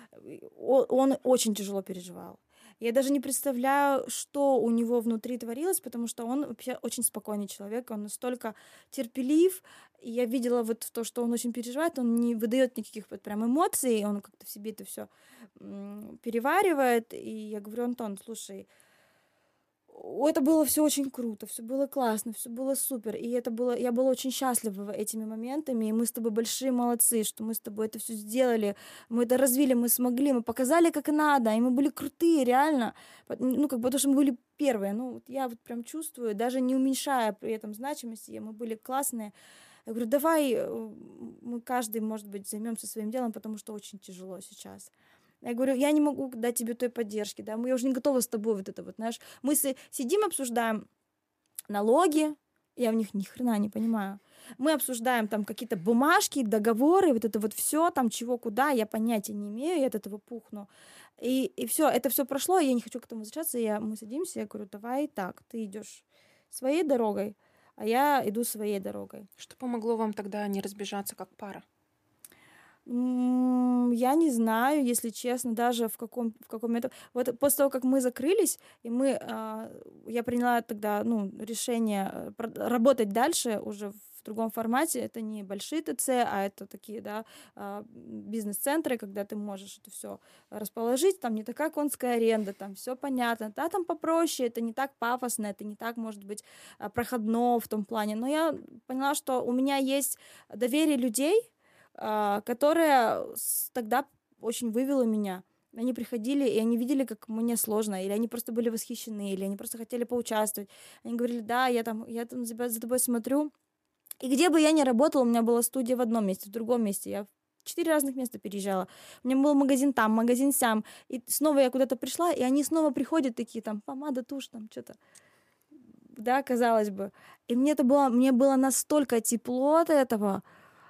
Он очень тяжело переживал. Я даже не представляю, что у него внутри творилось, потому что он вообще очень спокойный человек, он настолько терпелив. И я видела вот то, что он очень переживает, он не выдает никаких вот прям эмоций, он как-то в себе это все переваривает. И я говорю: Антон, слушай, это было все очень круто, все было классно, все было супер. И я была очень счастлива этими моментами. И мы с тобой большие молодцы, что мы с тобой это все сделали. Мы это развили, мы смогли, мы показали, как надо. И мы были крутые, реально. Ну, как бы, потому что мы были первые. Ну, вот я вот прям чувствую, даже не уменьшая при этом значимости, мы были классные. Я говорю: давай мы каждый, может быть, займемся своим делом, потому что очень тяжело сейчас. Я говорю: я не могу дать тебе той поддержки, да, я уже не готова с тобой вот это вот, знаешь. Мы сидим, обсуждаем налоги, я в них ни хрена не понимаю. Мы обсуждаем там какие-то бумажки, договоры, вот это вот все, там чего, куда, я понятия не имею, я от этого пухну. И все, это все прошло, я не хочу к этому возвращаться, мы садимся, я говорю: давай так, ты идешь своей дорогой, а я иду своей дорогой. Что помогло вам тогда не разбежаться как пара? Я не знаю, если честно, даже в каком этапе. Вот после того, как мы закрылись, и я приняла тогда, решение работать дальше уже в другом формате. Это не большие ТЦ, а это такие, да, бизнес-центры, когда ты можешь это все расположить. Там не такая конская аренда, там все понятно. Да, там попроще, это не так пафосно, это не так, может быть, проходно в том плане. Но я поняла, что у меня есть доверие людей, которая тогда очень вывела меня. Они приходили, и они видели, как мне сложно, или они просто были восхищены, или они просто хотели поучаствовать. Они говорили: да, я там за тобой смотрю. И где бы я ни работала, у меня была студия в одном месте, в другом месте. Я в 4 разных места переезжала. У меня был магазин там, магазин сям. И снова я куда-то пришла, и они снова приходят такие, там, помада, тушь, там, что-то. Да, казалось бы. И мне было настолько тепло от этого,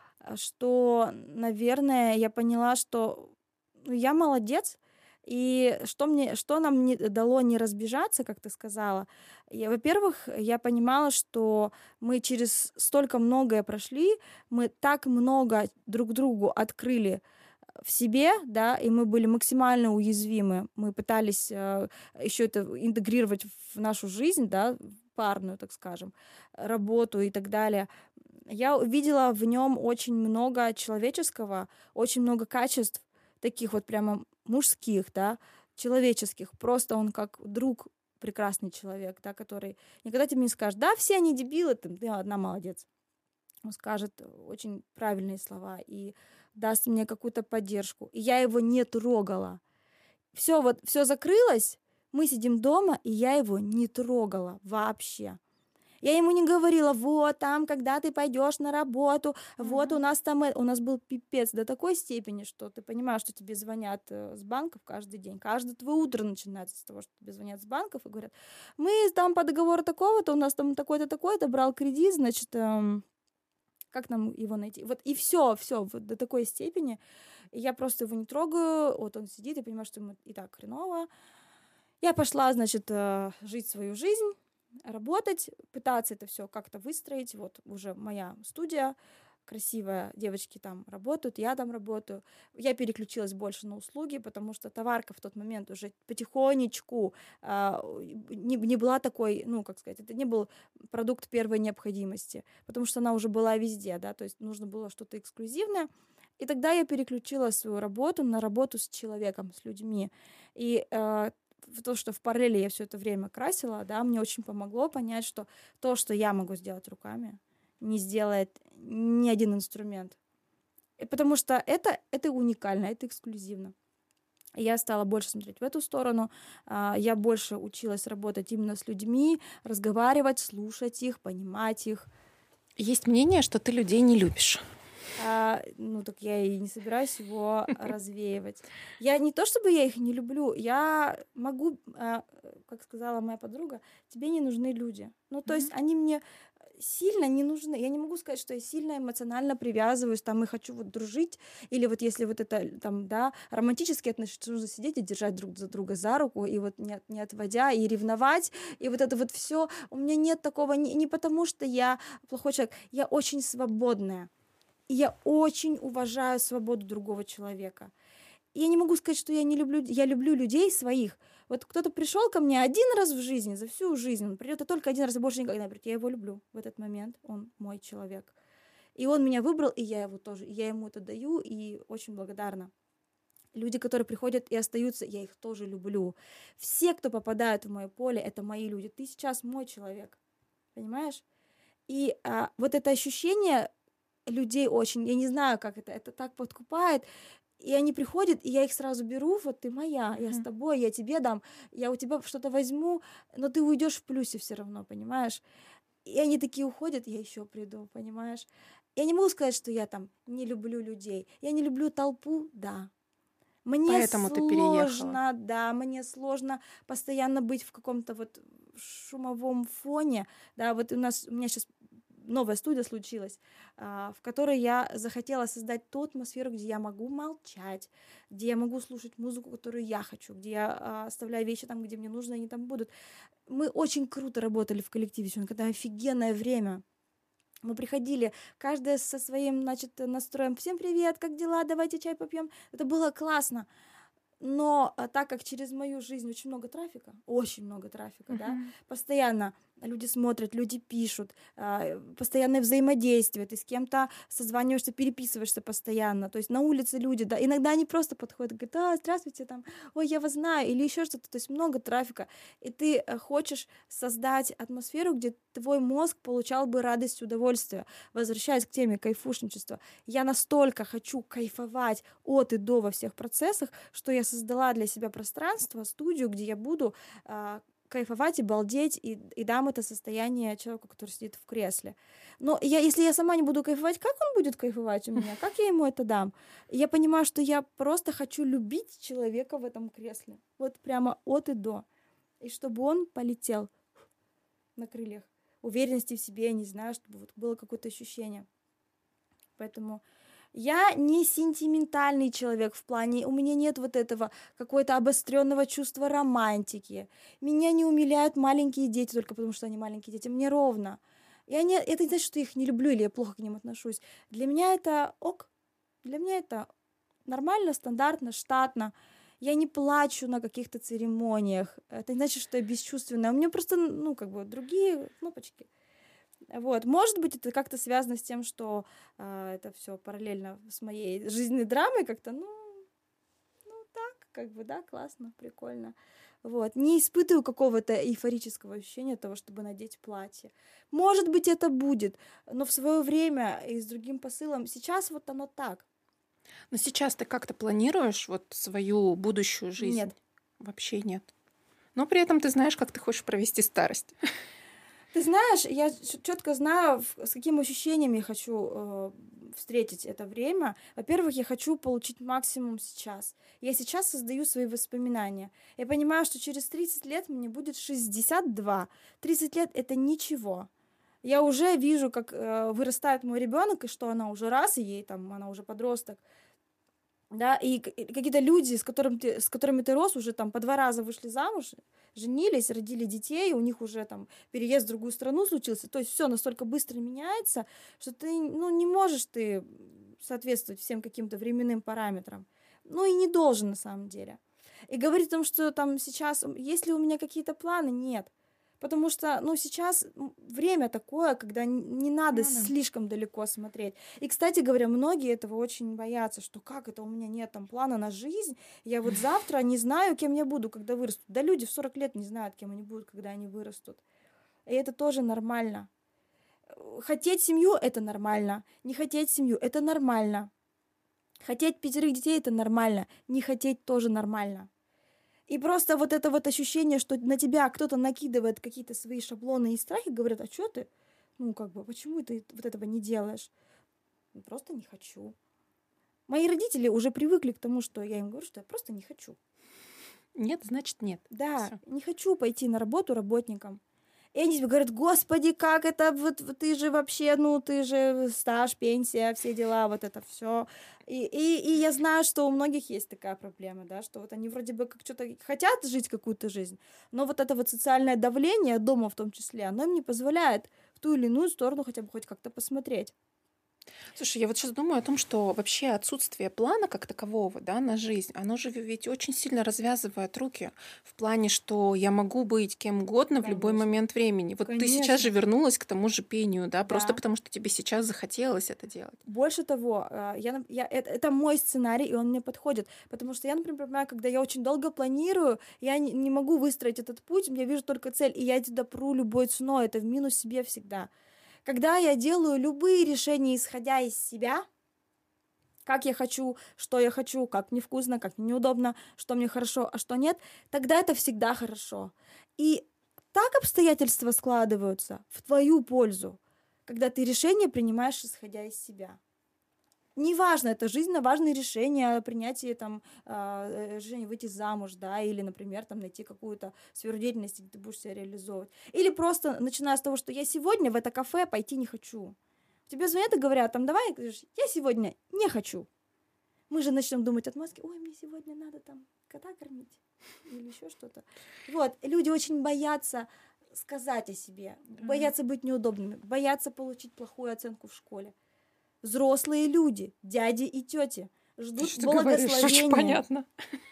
что, наверное, я поняла, что я молодец, и что нам не дало не разбежаться, как ты сказала. Во-первых, я понимала, что мы через столько многое прошли, мы так много друг другу открыли в себе, да, и мы были максимально уязвимы. Мы пытались еще это интегрировать в нашу жизнь, да, парную, так скажем, работу и так далее. Я увидела в нем очень много человеческого, очень много качеств, таких вот прямо мужских, да, человеческих. Просто он как друг, прекрасный человек, да, который никогда тебе не скажет: да, все они дебилы, ты одна молодец. Он скажет очень правильные слова и даст мне какую-то поддержку. И я его не трогала. Все закрылось, мы сидим дома, и я его не трогала вообще. Я ему не говорила: вот там, когда ты пойдешь на работу, вот у нас был пипец до такой степени, что ты понимаешь, что тебе звонят с банков каждый день. Каждое твое утро начинается с того, что тебе звонят с банков и говорят: мы там по договору такого-то, у нас там такой-то, такой-то, брал кредит, значит, как нам его найти? Вот и все вот до такой степени. И я просто его не трогаю, вот он сидит, и понимаю, что ему и так хреново. Я пошла, значит, жить свою жизнь, работать, пытаться это все как-то выстроить. Вот уже моя студия, красивая, девочки там работают, я там работаю. Я переключилась больше на услуги, потому что товарка в тот момент уже потихонечку не была такой, ну, как сказать, это не был продукт первой необходимости, потому что она уже была везде, да, то есть нужно было что-то эксклюзивное. И тогда я переключила свою работу на работу с человеком, с людьми. И то, что в параллели я все это время красила, да, мне очень помогло понять, что то, что я могу сделать руками, не сделает ни один инструмент. Потому что это уникально, это эксклюзивно. Я стала больше смотреть в эту сторону, я больше училась работать именно с людьми, разговаривать, слушать их, понимать их. Есть мнение, что ты людей не любишь. Ну, так я и не собираюсь его развеивать. Я не то чтобы я их не люблю, я могу, как сказала моя подруга, тебе не нужны люди. Ну, то есть они мне сильно не нужны. Я не могу сказать, что я сильно эмоционально привязываюсь, там, и хочу вот дружить, или вот если вот это, там, да, романтические отношения, нужно сидеть и держать друг за друга за руку, и вот не отводя, и ревновать, и вот это вот все. У меня нет такого, не потому что я плохой человек, я очень свободная. И я очень уважаю свободу другого человека. И я не могу сказать, что я не люблю, я люблю людей своих. Вот кто-то пришел ко мне один раз в жизни, за всю жизнь, он придет только один раз и больше никогда не придет. Я его люблю в этот момент, он мой человек. И он меня выбрал, и я его тоже, и я ему это даю, и очень благодарна. Люди, которые приходят и остаются, я их тоже люблю. Все, кто попадают в мое поле, это мои люди. Ты сейчас мой человек, понимаешь? И вот это ощущение людей очень, я не знаю, как это так подкупает, и они приходят, и я их сразу беру, вот ты моя, я с тобой, я тебе дам, я у тебя что-то возьму, но ты уйдешь в плюсе все равно, понимаешь? И они такие уходят, я еще приду, понимаешь? Я не могу сказать, что я там не люблю людей, я не люблю толпу, да. Мне Поэтому ты переехала. сложно, да, мне сложно постоянно быть в каком-то вот шумовом фоне, да, вот у меня сейчас новая студия случилась, в которой я захотела создать ту атмосферу, где я могу молчать, где я могу слушать музыку, которую я хочу, где я оставляю вещи там, где мне нужно, они там будут. Мы очень круто работали в коллективе, когда офигенное время. Мы приходили, каждая со своим, значит, настроем. Всем привет, как дела? Давайте чай попьем. Это было классно. Но так как через мою жизнь очень много трафика, да, постоянно люди смотрят, люди пишут, постоянное взаимодействие, ты с кем-то созваниваешься, переписываешься постоянно, то есть на улице люди, да, иногда они просто подходят и говорят, здравствуйте, там, ой, я вас знаю, или еще что-то, то есть много трафика, и ты хочешь создать атмосферу, где твой мозг получал бы радость и удовольствие. Возвращаясь к теме кайфушничества, я настолько хочу кайфовать от и до во всех процессах, что я создала для себя пространство, студию, где я буду кайфовать и балдеть, и дам это состояние человеку, который сидит в кресле. Но если я сама не буду кайфовать, как он будет кайфовать у меня? Как я ему это дам? И я понимаю, что я просто хочу любить человека в этом кресле. Вот прямо от и до. И чтобы он полетел на крыльях. Уверенности в себе, я не знаю, чтобы вот было какое-то ощущение. Поэтому я не сентиментальный человек в плане, у меня нет вот этого какого-то обостренного чувства романтики. Меня не умиляют маленькие дети только потому, что они маленькие дети. Мне ровно. Это не значит, что я их не люблю или я плохо к ним отношусь. Для меня это ок. Для меня это нормально, стандартно, штатно. Я не плачу на каких-то церемониях. Это не значит, что я бесчувственная. У меня просто, другие кнопочки. Вот. Может быть, это как-то связано с тем, что это все параллельно с моей жизненной драмой как-то, так, да, классно, прикольно. Вот. Не испытываю какого-то эйфорического ощущения того, чтобы надеть платье. Может быть, это будет, но в свое время и с другим посылом. Сейчас вот оно так. Но сейчас ты как-то планируешь вот свою будущую жизнь? Нет. Вообще нет. Но при этом ты знаешь, как ты хочешь провести старость. Ты знаешь, я четко знаю, с какими ощущениями я хочу встретить это время. Во-первых, я хочу получить максимум сейчас. Я сейчас создаю свои воспоминания. Я понимаю, что через 30 лет мне будет 62. 30 лет — это ничего. Я уже вижу, как вырастает мой ребенок, и что она уже раз, и ей там, она уже подросток. да, и какие-то люди, с которыми ты рос, уже там по 2 раза вышли замуж, женились, родили детей, у них уже там переезд в другую страну случился. То есть все настолько быстро меняется, что ты, ну, не можешь ты соответствовать всем каким-то временным параметрам. Ну и не должен на самом деле. И говорить о том, что там сейчас, есть ли у меня какие-то планы, нет. Потому что, ну, сейчас время такое, когда не надо Ну да. слишком далеко смотреть. И, кстати говоря, многие этого очень боятся, что как это у меня нет там плана на жизнь, я вот завтра не знаю, кем я буду, когда вырасту. Да люди в 40 лет не знают, кем они будут, когда они вырастут. И это тоже нормально. Хотеть семью — это нормально. Не хотеть семью — это нормально. Хотеть 5 детей — это нормально. Не хотеть тоже нормально. И просто вот это вот ощущение, что на тебя кто-то накидывает какие-то свои шаблоны и страхи, говорят, а что ты? Ну, как бы, почему ты вот этого не делаешь? «Ну, просто не хочу. Мои родители уже привыкли к тому, что я им говорю, что я просто не хочу. Нет, значит нет. Да, Всё. не хочу пойти на работу работником. И они тебе говорят, господи, как это, вот ты же вообще, ну, ты же стаж, пенсия, все дела, вот это все. И я знаю, что у многих есть такая проблема, да, что вот они вроде бы как что-то хотят жить какую-то жизнь, но вот это вот социальное давление дома в том числе, оно им не позволяет в ту или иную сторону хотя бы хоть как-то посмотреть. Слушай, я вот сейчас думаю о том, что вообще отсутствие плана как такового, да, на жизнь, оно же ведь очень сильно развязывает руки в плане, что я могу быть кем угодно в любой Конечно, момент времени. Вот ты сейчас же конечно, вернулась к тому же пению, да, просто да. потому что тебе сейчас захотелось это делать. Больше того, это мой сценарий, и он мне подходит. Потому что я, например, понимаю, когда я очень долго планирую, я не могу выстроить этот путь, я вижу только цель, и я туда пру любой ценой. Это в минус себе всегда. Когда я делаю любые решения, исходя из себя, как я хочу, что я хочу, как мне вкусно, как мне неудобно, что мне хорошо, а что нет, тогда это всегда хорошо. И так обстоятельства складываются в твою пользу, когда ты решение принимаешь, исходя из себя. Неважно, это жизненно важные решения, принятие там, решения выйти замуж, да, или, например, там найти какую-то сферу деятельности, где ты будешь себя реализовывать. Или просто начиная с того, что я сегодня в это кафе пойти не хочу. Тебе звонят и говорят, там, давай, говоришь, я сегодня не хочу. Мы же начнем думать от мозги, ой, мне сегодня надо там кота кормить или еще что-то. Вот, люди очень боятся сказать о себе, боятся быть неудобными, боятся получить плохую оценку в школе. Взрослые люди, дяди и тети, Ты ждут что говоришь? Очень благословения. понятно.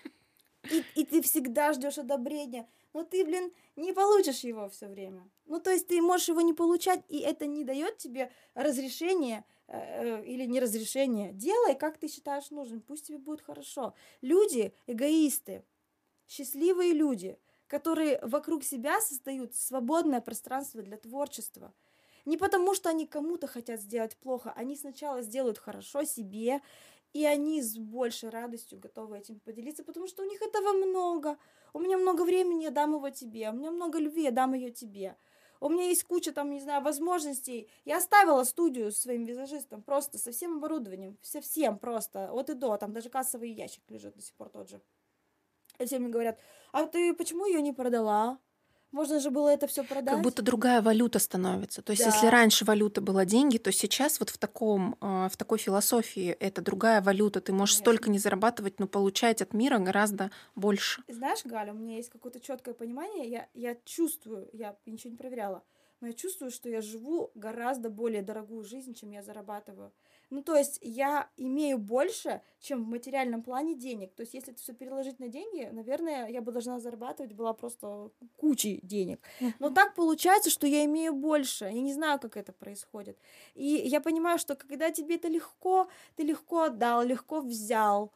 И ты всегда ждешь одобрения. Но ты, блин, не получишь его все время. Ну, то есть ты можешь его не получать, и это не дает тебе разрешения или не разрешения. Делай, как ты считаешь нужным, пусть тебе будет хорошо. Люди эгоисты, счастливые люди, которые вокруг себя создают свободное пространство для творчества. Не потому, что они кому-то хотят сделать плохо, они сначала сделают хорошо себе, и они с большей радостью готовы этим поделиться, потому что у них этого много. У меня много времени, я дам его тебе. У меня много любви, я дам ее тебе. У меня есть куча там, не знаю, возможностей. Я оставила студию со своим визажистом просто со всем оборудованием, совсем просто, от и до. Там даже кассовый ящик лежит до сих пор тот же. И все мне говорят, а ты почему ее не продала? Можно же было это все Как продать. будто другая валюта становится. То есть, если Да, раньше валюта была деньги, то сейчас вот в такой философии это другая валюта. Ты можешь конечно. столько не зарабатывать, но получать от мира гораздо больше. Знаешь, Галя, у меня есть какое-то четкое понимание, я чувствую, я ничего не проверяла, но я чувствую, что я живу гораздо более дорогую жизнь, чем я зарабатываю. Ну, то есть я имею больше, чем в материальном плане денег. То есть если это все переложить на деньги, наверное, я бы должна зарабатывать была просто кучей денег. Но так получается, что я имею больше. Я не знаю, как это происходит. И я понимаю, что когда тебе это легко, ты легко отдал, легко взял,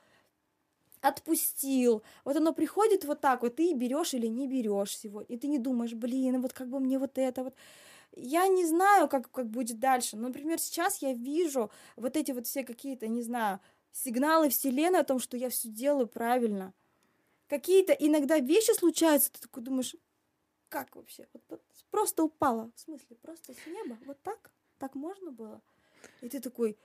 отпустил. Вот оно приходит вот так вот, ты берешь или не берешь сегодня. И ты не думаешь, блин, вот как бы мне вот это вот. Я не знаю, как будет дальше. Но, например, сейчас я вижу вот эти вот все какие-то, не знаю, сигналы Вселенной о том, что я все делаю правильно. Какие-то иногда вещи случаются, ты такой думаешь, как вообще? Вот просто упала. В смысле, просто с неба? Вот так? Так можно было? И ты такой,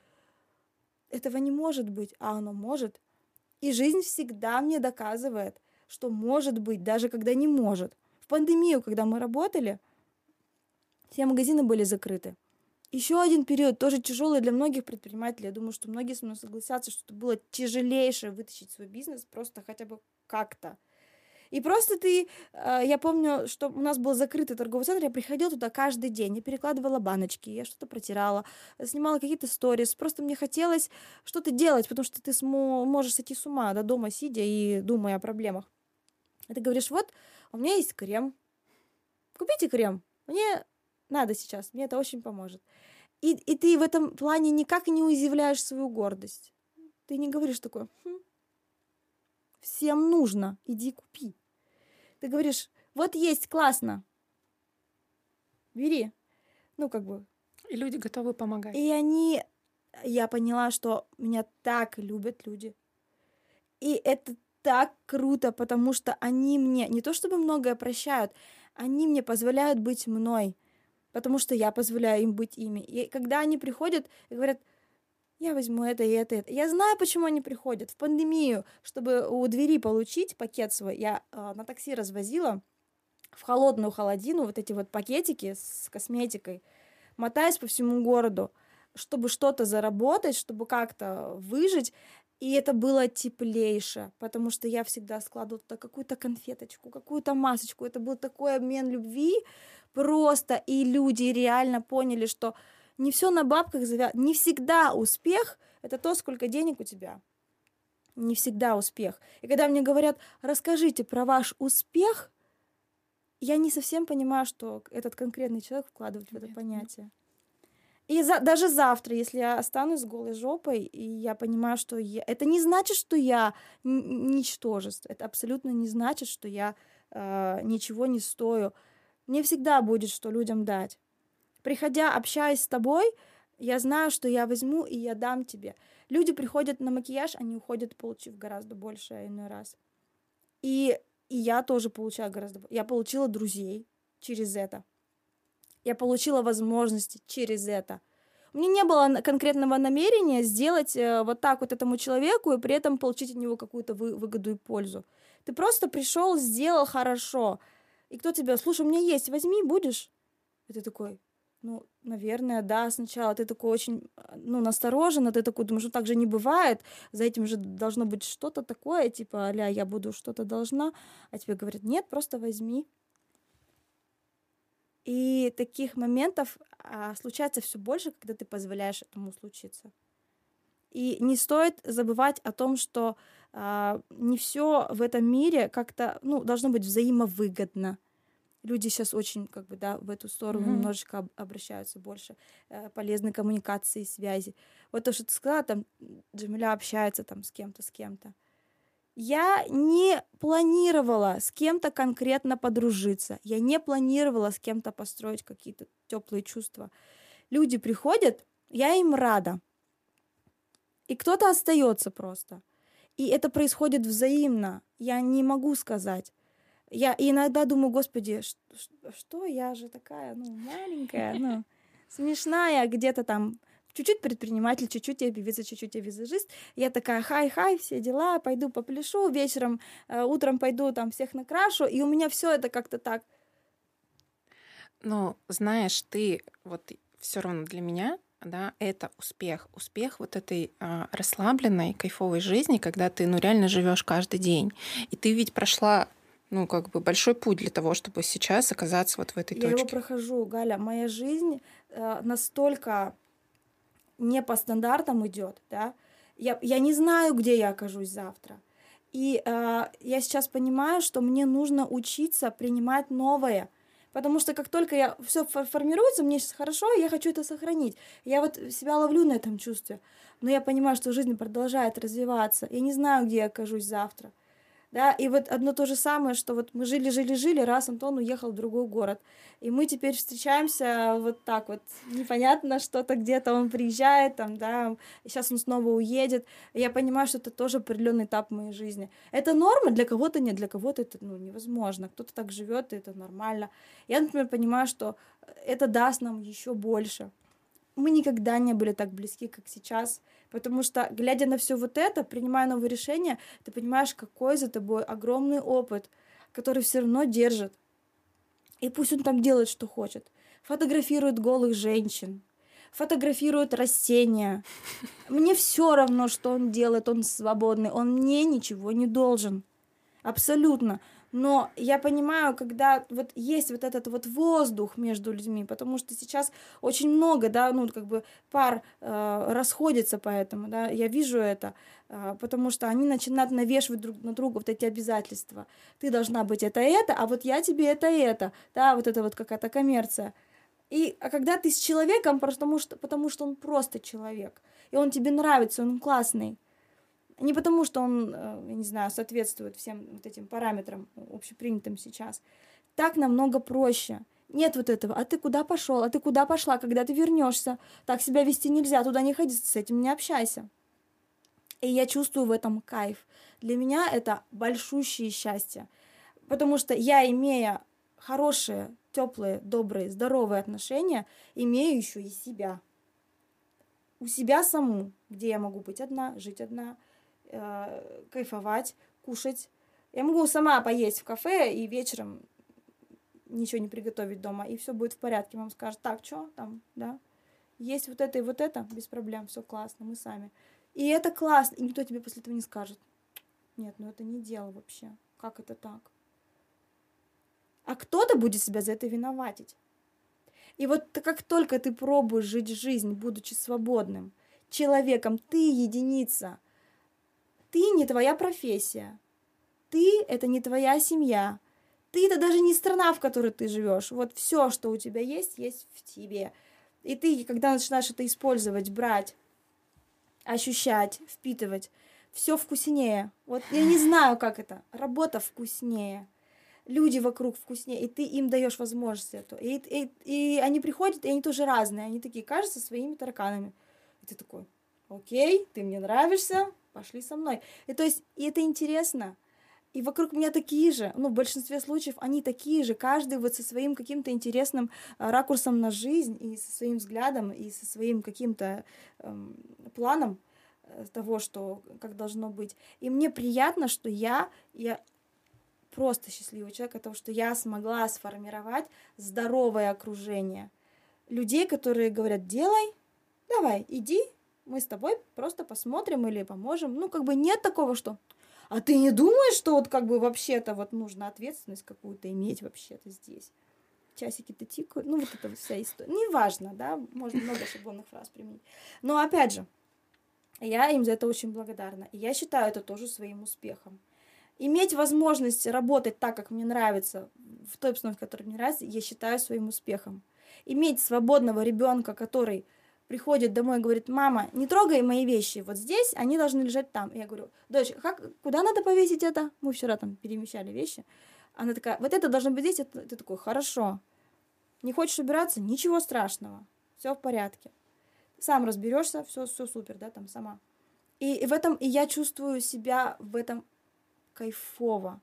этого не может быть, а оно может. И жизнь всегда мне доказывает, что может быть, даже когда не может. В пандемию, когда мы работали, все магазины были закрыты. Еще один период, тоже тяжелый для многих предпринимателей. Я думаю, что многие со мной согласятся, что это было тяжелейшее вытащить свой бизнес просто хотя бы как-то. И просто я помню, что у нас был закрытый торговый центр, я приходила туда каждый день, я перекладывала баночки, я что-то протирала, снимала какие-то сторис, просто мне хотелось что-то делать, потому что ты можешь сойти с ума, да, дома сидя и думая о проблемах. И ты говоришь, вот, у меня есть крем, купите крем, мне надо сейчас, мне это очень поможет. И ты в этом плане никак не уязвляешь свою гордость. Ты не говоришь такое, всем нужно, иди купи. Ты говоришь, вот есть, классно, бери. Ну, как бы. И люди готовы помогать. Я поняла, что меня так любят люди. И это так круто, потому что они мне не то чтобы многое прощают, они мне позволяют быть мной, потому что я позволяю им быть ими. И когда они приходят и говорят, я возьму это и это, и это. Я знаю, почему они приходят. В пандемию, чтобы у двери получить пакет свой, я на такси развозила в холодную холодину вот эти вот пакетики с косметикой, мотаясь по всему городу, чтобы что-то заработать, чтобы как-то выжить. И это было теплейше, потому что я всегда складывала туда какую-то конфеточку, какую-то масочку. Это был такой обмен любви просто. И люди реально поняли, что не все на бабках завязано. Не всегда успех — это то, сколько денег у тебя. Не всегда успех. И когда мне говорят, расскажите про ваш успех, я не совсем понимаю, что этот конкретный человек вкладывает в это понятие. И даже завтра, если я останусь с голой жопой, и я понимаю, что это не значит, что я ничтожество. Это абсолютно не значит, что я ничего не стою. Мне всегда будет, что людям дать. Приходя, общаясь с тобой, я знаю, что я возьму и я дам тебе. Люди приходят на макияж, они уходят, получив гораздо больше иной раз. И я тоже получаю гораздо больше. Я получила друзей через это. Я получила возможности через это. У меня не было конкретного намерения сделать вот так вот этому человеку и при этом получить от него какую-то выгоду и пользу. Ты просто пришел, сделал хорошо. И кто тебя, слушай, у меня есть, возьми, будешь? И ты такой, ну, наверное, да, сначала ты такой очень, настороженно, ты такой думаешь, ну, так же не бывает, за этим же должно быть что-то такое, типа, а-ля, я буду что-то должна, а тебе говорят, нет, просто возьми. И таких моментов случается все больше, когда ты позволяешь этому случиться. И не стоит забывать о том, что не все в этом мире как-то, должно быть взаимовыгодно. Люди сейчас очень, в эту сторону немножечко обращаются больше, полезной коммуникации, связи. Вот то, что ты сказала, там, Джамиля общается там с кем-то. Я не планировала с кем-то конкретно подружиться. Я не планировала с кем-то построить какие-то теплые чувства. Люди приходят, я им рада. И кто-то остается просто. И это происходит взаимно. Я не могу сказать. Я иногда думаю, господи, что я же такая, маленькая, смешная, где-то там чуть-чуть предприниматель, чуть-чуть я певица, чуть-чуть я визажист. Я такая, хай-хай, все дела, пойду попляшу, вечером, утром пойду там всех накрашу, и у меня все это как-то так. Но знаешь, ты вот все равно для меня, да, это успех. Успех вот этой расслабленной, кайфовой жизни, когда ты, реально живешь каждый день. И ты ведь прошла большой путь для того, чтобы сейчас оказаться вот в этой точке. Я его прохожу, Галя. Моя жизнь настолько не по стандартам идет, да. Я не знаю, где я окажусь завтра. И я сейчас понимаю, что мне нужно учиться принимать новое. Потому что как только все формируется, мне сейчас хорошо, я хочу это сохранить. Я вот себя ловлю на этом чувстве. Но я понимаю, что жизнь продолжает развиваться. Я не знаю, где я окажусь завтра. Да, и вот одно то же самое, что вот мы жили, раз Антон уехал в другой город, и мы теперь встречаемся вот так вот, непонятно, что-то где-то он приезжает, там, да, и сейчас он снова уедет, и я понимаю, что это тоже определенный этап моей жизни. Это норма, для кого-то нет, для кого-то это, невозможно, кто-то так живет, и это нормально. Я, например, понимаю, что это даст нам еще больше. Мы никогда не были так близки, как сейчас, потому что, глядя на все вот это, принимая новые решения, ты понимаешь, какой за тобой огромный опыт, который все равно держит. И пусть он там делает, что хочет. Фотографирует голых женщин, фотографирует растения. Мне все равно, что он делает, он свободный, он мне ничего не должен. Абсолютно. Но я понимаю, когда вот есть вот этот вот воздух между людьми, потому что сейчас очень много, да, ну, как бы пар расходится поэтому, да, я вижу это, потому что они начинают навешивать друг на друга вот эти обязательства. Ты должна быть это, а вот я тебе это, да, вот это вот какая-то коммерция. А когда ты с человеком, потому что он просто человек, и он тебе нравится, он классный, не потому, что он, я не знаю, соответствует всем вот этим параметрам общепринятым сейчас. Так намного проще. Нет вот этого, а ты куда пошел, а ты куда пошла, когда ты вернешься? Так себя вести нельзя, туда не ходи, с этим не общайся. И я чувствую в этом кайф. Для меня это большущее счастье. Потому что я, имея хорошие, теплые, добрые, здоровые отношения, имею еще и себя. У себя саму, где я могу быть одна, жить одна, кайфовать, кушать. Я могу сама поесть в кафе и вечером ничего не приготовить дома, и все будет в порядке. Мама скажет, так, что там, да? Есть вот это, без проблем, все классно, мы сами. И это классно, и никто тебе после этого не скажет. Нет, ну это не дело вообще. Как это так? А кто-то будет себя за это виноватить. И вот как только ты пробуешь жить жизнь, будучи свободным человеком, ты единица. Ты не твоя профессия. Ты — это не твоя семья. Ты — это даже не страна, в которой ты живешь. Вот все, что у тебя есть в тебе. И ты, когда начинаешь это использовать, брать, ощущать, впитывать, все вкуснее. Вот я не знаю, как это. Работа вкуснее. Люди вокруг вкуснее, и ты им даешь возможность эту. И они приходят, и они тоже разные. Они такие, кажутся своими тараканами. И ты такой, окей, ты мне нравишься, пошли со мной. И то есть, и это интересно. И вокруг меня такие же, ну, в большинстве случаев они такие же, каждый вот со своим каким-то интересным ракурсом на жизнь, и со своим взглядом, и со своим каким-то планом того, что, как должно быть. И мне приятно, что я просто счастливый человек от того, что я смогла сформировать здоровое окружение. Людей, которые говорят, делай, давай, иди, мы с тобой просто посмотрим или поможем. Ну, как бы нет такого, что... А ты не думаешь, что вот как бы вообще-то вот нужно ответственность какую-то иметь вообще-то здесь? Часики-то тикают, ну, вот это вся история. Неважно, да, можно много шаблонных фраз применить. Но, опять же, я им за это очень благодарна. И я считаю это тоже своим успехом. Иметь возможность работать так, как мне нравится, в той обстановке, которая мне нравится, я считаю своим успехом. Иметь свободного ребенка, который приходит домой и говорит, мама, не трогай мои вещи, вот здесь они должны лежать там. И я говорю, дочь, куда надо повесить это? Мы вчера там перемещали вещи. Она такая, вот это должно быть здесь. Ты такой, хорошо. Не хочешь убираться? Ничего страшного. Все в порядке. Сам разберешься, все супер, да, там сама. И я чувствую себя в этом кайфово,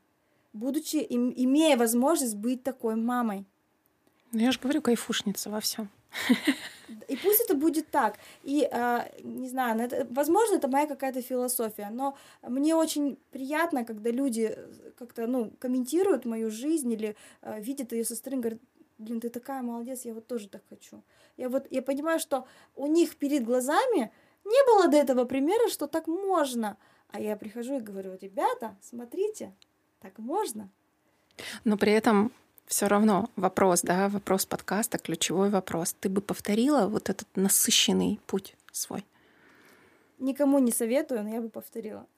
имея возможность быть такой мамой. Ну, я же говорю, кайфушница во всем. И пусть это будет так. И, не знаю, возможно, это моя какая-то философия, но мне очень приятно, когда люди как-то, ну, комментируют мою жизнь или видят ее со стороны, говорят, блин, ты такая молодец, я вот тоже так хочу. Я понимаю, что у них перед глазами не было до этого примера, что так можно. А я прихожу и говорю, ребята, смотрите, так можно. Но при этом все равно вопрос подкаста, ключевой вопрос. Ты бы повторила вот этот насыщенный путь свой? Никому не советую, но я бы повторила.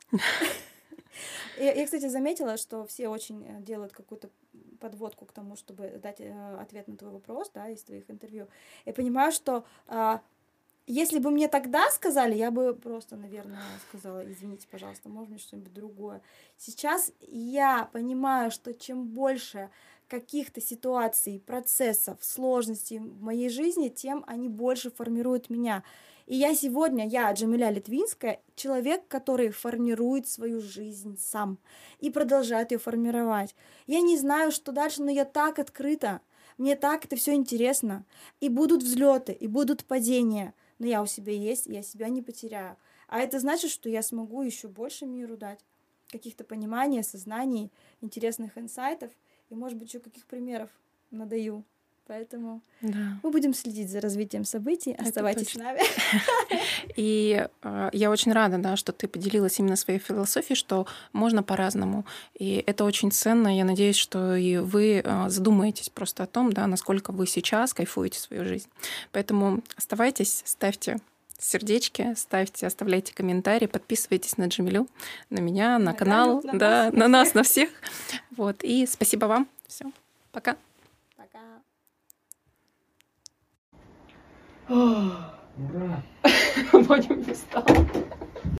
Я, кстати, заметила, что все очень делают какую-то подводку к тому, чтобы дать ответ на твой вопрос, да, из твоих интервью. Я понимаю, что если бы мне тогда сказали, я бы просто, наверное, сказала, извините, пожалуйста, можно мне что-нибудь другое. Сейчас я понимаю, что чем больше каких-то ситуаций, процессов, сложностей в моей жизни, тем они больше формируют меня. И я, Джамиля Литвинская, человек, который формирует свою жизнь сам и продолжает ее формировать. Я не знаю, что дальше, но я так открыта, мне так это все интересно. И будут взлеты, и будут падения. Но я у себя есть, я себя не потеряю. А это значит, что я смогу еще больше миру дать каких-то пониманий, осознаний, интересных инсайтов и, может быть, еще каких примеров надаю Поэтому Да. мы будем следить за развитием событий. Оставайтесь с нами. И я очень рада, да, что ты поделилась именно своей философией, что можно по-разному. И это очень ценно. Я надеюсь, что и вы задумаетесь просто о том, да, насколько вы сейчас кайфуете свою жизнь. Поэтому оставайтесь, ставьте сердечки, оставляйте комментарии, подписывайтесь на Джамилю, на меня, на канал, да, на нас, на всех. Вот. И спасибо вам. Все. Пока. Пока. Вадим не встал.